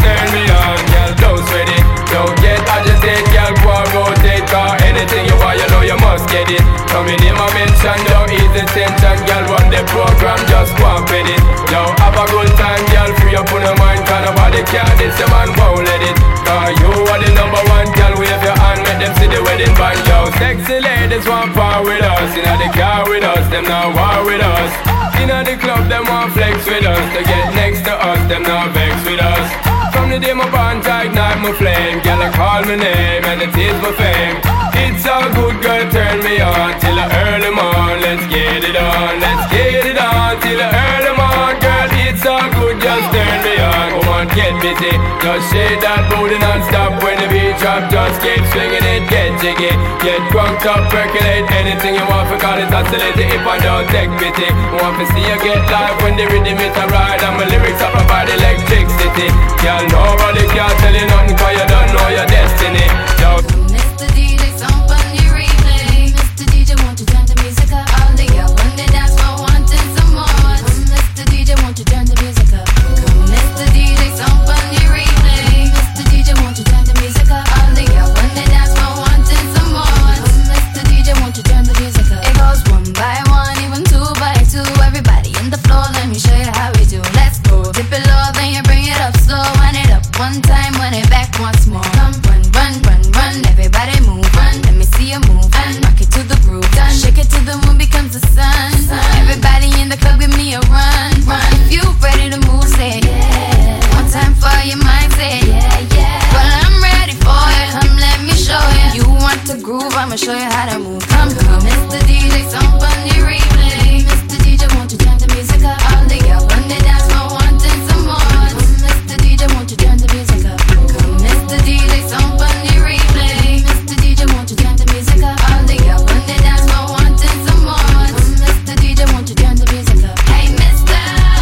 S23: Nobody can this, your man won't let it. Cause you are the number one girl, wave your hand, make them see the wedding band. Yo, sexy ladies want power with us. Inna the car with us, them not war with us. Inna the club, them want flex with us. To get next to us, them not vex with us. From the day my bond, I ignite my flame. Girl, I call my name and it is my fame. It's all good, girl, turn me on till the early morn. Let's get it on, let's get it on till the early morn. Girl, it's all good, just turn me on. Come on, get busy, just shake that booty non-stop. When the beat drop, just keep swinging it, get jiggy. Get drunk up, percolate anything you want for call it oscillate. If I don't take pity, want to see you get live when the rhythm is a ride. And my lyrics up about electricity. Girl, nobody can tell you nothing cause you don't know your destiny. Yo.
S6: Mr. DJ, some on the replay. Mr. DJ, won't you turn the music up? All the girls on the dance floor wanting some more. Mr. DJ, won't you turn the music up? Mr. DJ, some on the replay. Mr. DJ, won't you turn the music up? All the girls on the dance floor wanting some more. Mr. DJ, won't you turn the music up? It goes one by one, even two by two. Everybody in the floor, let me show you how we do. Let's go. Dip it low, then you bring it up slow. Wind it up one time, wind it back once more. Come run, run, run, run. Everybody move, run. Let me see you move, and rock it to the groove. Done. Shake it till the moon becomes the sun. Everybody in the club, give me a run, run. If you ready to move, say yeah. One time for your mind, say yeah, yeah. Well, I'm ready for it. Come, let me show you. You want to groove? I'ma show you how to move. Come, come, Mr. DJ, some on the replay. Mr. DJ, won't you turn the music up? All the girls on the dance floor wanting some more. Mr. DJ, won't you turn the music up? Come, Mr. DJ, some on the replay. Mr. DJ, won't you turn the music up? All the girls on the dance floor wanting some more. Mr. DJ, won't you turn the music up? Hey, Mr.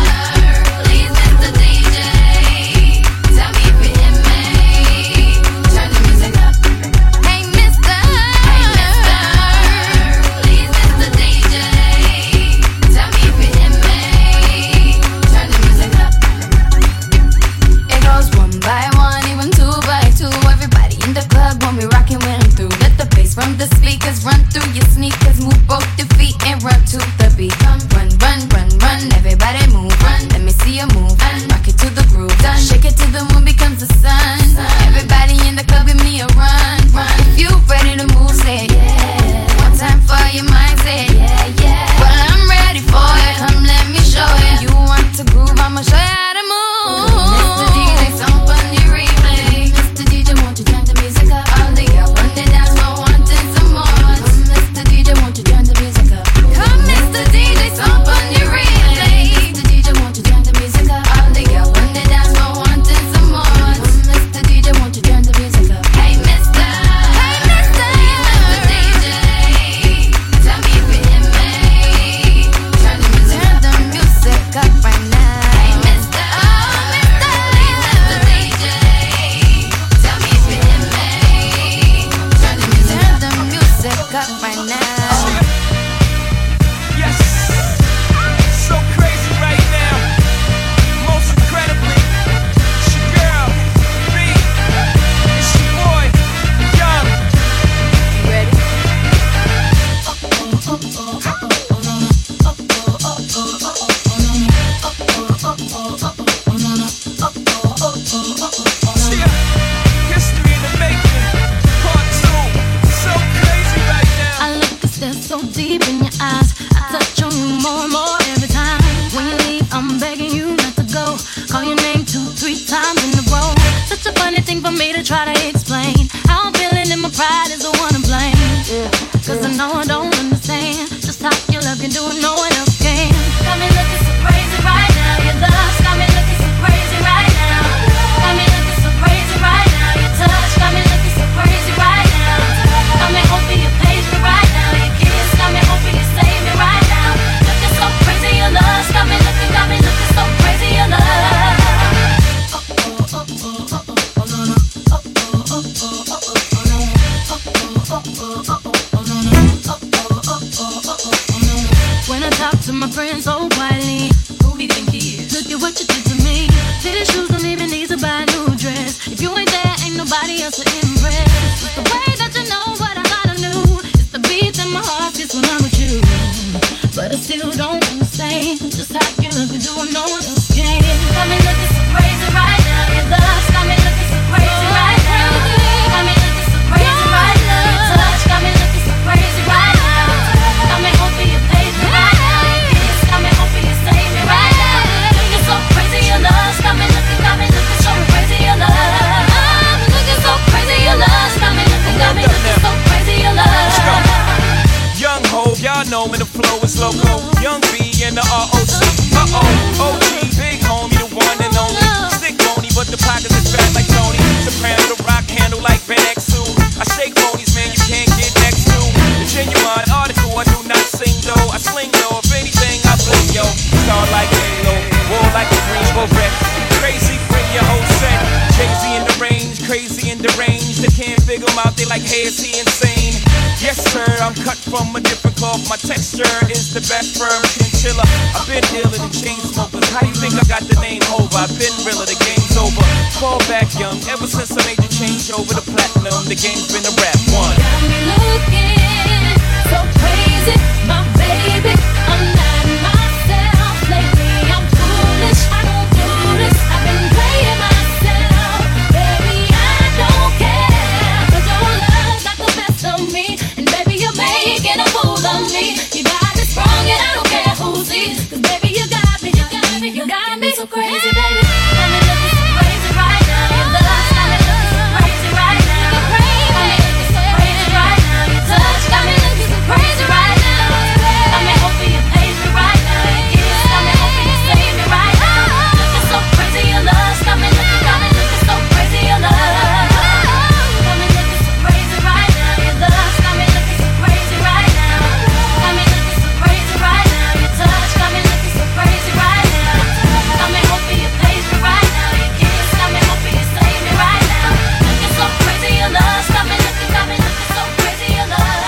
S6: Please, Mr. DJ, tell me if you hear me. Turn the music up. Hey, Mr. Please, Mr. DJ, tell me if you hear me. Turn the music up. It goes one by one, even two by two. Everybody in the club when we rockin' when I'm through. Let the bass from the speakers run through your sneakers. Move both your feet and run to the beat. Come run, run, run, run. Everybody move, run. Let me see you move, and rock it to the groove. Done. Shake it till the moon becomes the sun. Everybody in the club, give me a run, run. If you ready to move, say yeah. One time for your mind, say yeah, yeah. Well, I'm ready for it. Come, let me show you. You want to groove? I'ma show you how to move. Mr. DJ, some on the replay. Mr. DJ, won't you turn the music up? All the girls on the dance floor wanting some more. Mr. DJ, won't you turn the music up? Come, Mr. DJ, some on the replay. Mr. DJ, won't you turn the music up? All the girls on the dance floor wanting some more. Mr. DJ, won't you turn the music up? Hey, Mr. Mr. DJ, tell me if you hear me. Turn the music up right now. Hey, Mr. Please, Mr. DJ, tell me if you hear me. Turn the music up right now.
S2: Yes, so crazy right now. Most incredibly, it's your girl, me. It's your boy, Young. You ready? History in the making, part 2. So crazy right now.
S6: I look and stare so deep in your eyes. I touch on you more and more every time. When you leave, I'm begging you not to go. Call your name 2-3 times in a row. Such a funny thing for me to try to explain. How I'm feeling and my pride is the one to blame. Cause I know I don't understand just how your love can do it, no one else can. Got me looking so crazy right now. Your love's got me looking so crazy right now. Got me looking so crazy right now. Your touch got me looking so crazy right now. Got me hoping you page me right now. Your kiss got me hoping you save me right now. Looking so crazy, your love's got me looking so crazy, your love. When I talk to my friends so quietly, who do you think he is? Look at what you did to me. Fitted shoes don't even need to buy a new dress. If you ain't there, ain't nobody else to impress. It's the way that you know what I gotta do. It's the beat that my heart gets when I'm with you. But I still don't understand just how you look and do what no one else can. Got me looking so crazy right now.
S2: it's loco. Young B and the ROC. Uh-oh, OG, big homie, the one and only. Stick bony, but the pockets is fat like Tony. Soprano, the rock handle like Ben X2. I shake bonies, man, you can't get next to. The genuine article, I do not sing though. I sling though, if anything, I bling yo. Star like Halo, war like a Greensboro wreck. Crazy, bring your whole set. Jay-Z in the range, crazy in the range. They can't figure him out, they like, hey, is he insane? Yes, sir, I'm cut from a different cloth. My texture is the best firm chinchilla. I've been dealing in chain smokers. How you think I got the name over? I've been realer, the game's over. Fall back young, ever since I made the change over to platinum, the game's been a rap one.
S6: Got me looking so crazy, my baby. I'm not myself lately. I'm foolish, I don't do this. I've been playing myself, baby. I don't care, 'cause your love got the best of me, and baby you're making a fool of me. You got it wrong, and I don't care who sees, 'cause baby you got me, you got me, you got me so crazy, baby. Got me looking so crazy right now. Your love got me looking so crazy right now. Got me looking so crazy right now. Your touch got me looking so crazy right now. Got me hoping you page me right now. Your kiss got me hoping you save me right now. Looking so crazy, your love got me looking so crazy, your love. Got me looking so crazy right now. Your love got me looking so crazy right now. Got me looking so crazy right now. Your touch got me looking so crazy right now. Got me hoping you page me right now. Your kiss got me hoping you save me right now. Looking so crazy, your love got me looking so crazy, your love.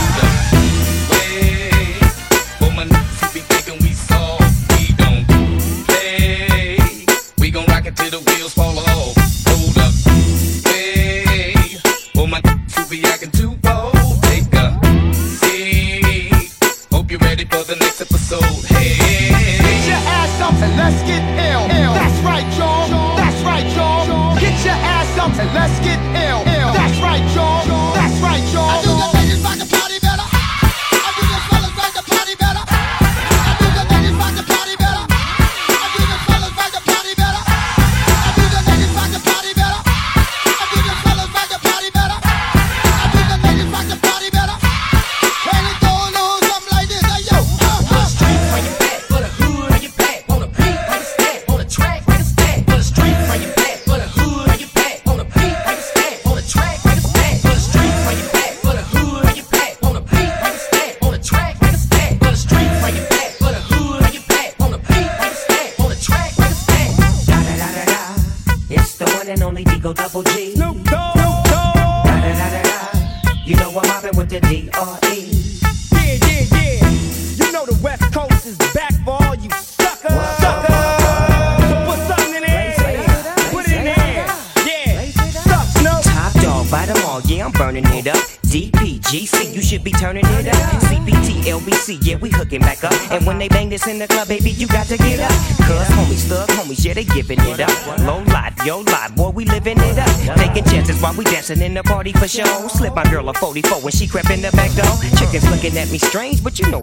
S4: Hey, for my niggas who be thinking we soft, we don't play. We gon' rock it till the wheels fall off. Hold up, hey, for my niggas who be acting too bold, take a seat. Hope you're ready for the next episode. Hey,
S14: Get your ass up and let's get ill. That's right, y'all. That's right, y'all. Get your ass up and let's get ill. That's right, y'all. That's right, y'all. I do the ladies rock the party better. I do the fellas rock the party better. I do the ladies rock the party better. I do the fellas rock the party better. I do the ladies rock the party better. I do the fellas rock the party better. I do the ladies rock the party better. When it goes on, something like this, hey, yo.
S5: Street for your back, for the hood on your back, on a beat, like a stack, on a track, like a stack. For the street for your back, for the hood on your back, on a beat, like a stack, on a track, like a stack. For the street for your back, for the hood on your back, on a beat, like a stack, on a track, like a stack. For the street for your back, for the hood on your back, on a beat, like a stack, on a track, like a stack.
S11: Da da da da da. It's the one and only Digo Double G. Snoop Dogg. Da da da da da. You know I'm mobbing with the D.R.E.
S14: Yeah, yeah, yeah. You know the West Coast is back for all you suckers. So put something in there. Put it in there. Yeah. Suck, Snoop.
S11: Top dog, bite 'em all, yeah, I'm burning it up. DPGC, you should be turning it up. CPT, LBC, yeah, we hooking back up. And when they bang this in the club, baby, you got to get up. Cuz homies, thug homies, yeah, they giving it up. Low life, yo life, boy, we living it up. Taking chances while we dancing in the party for show. Slip my girl a 44 when she crept in the back door. Chickens looking at me strange, but you know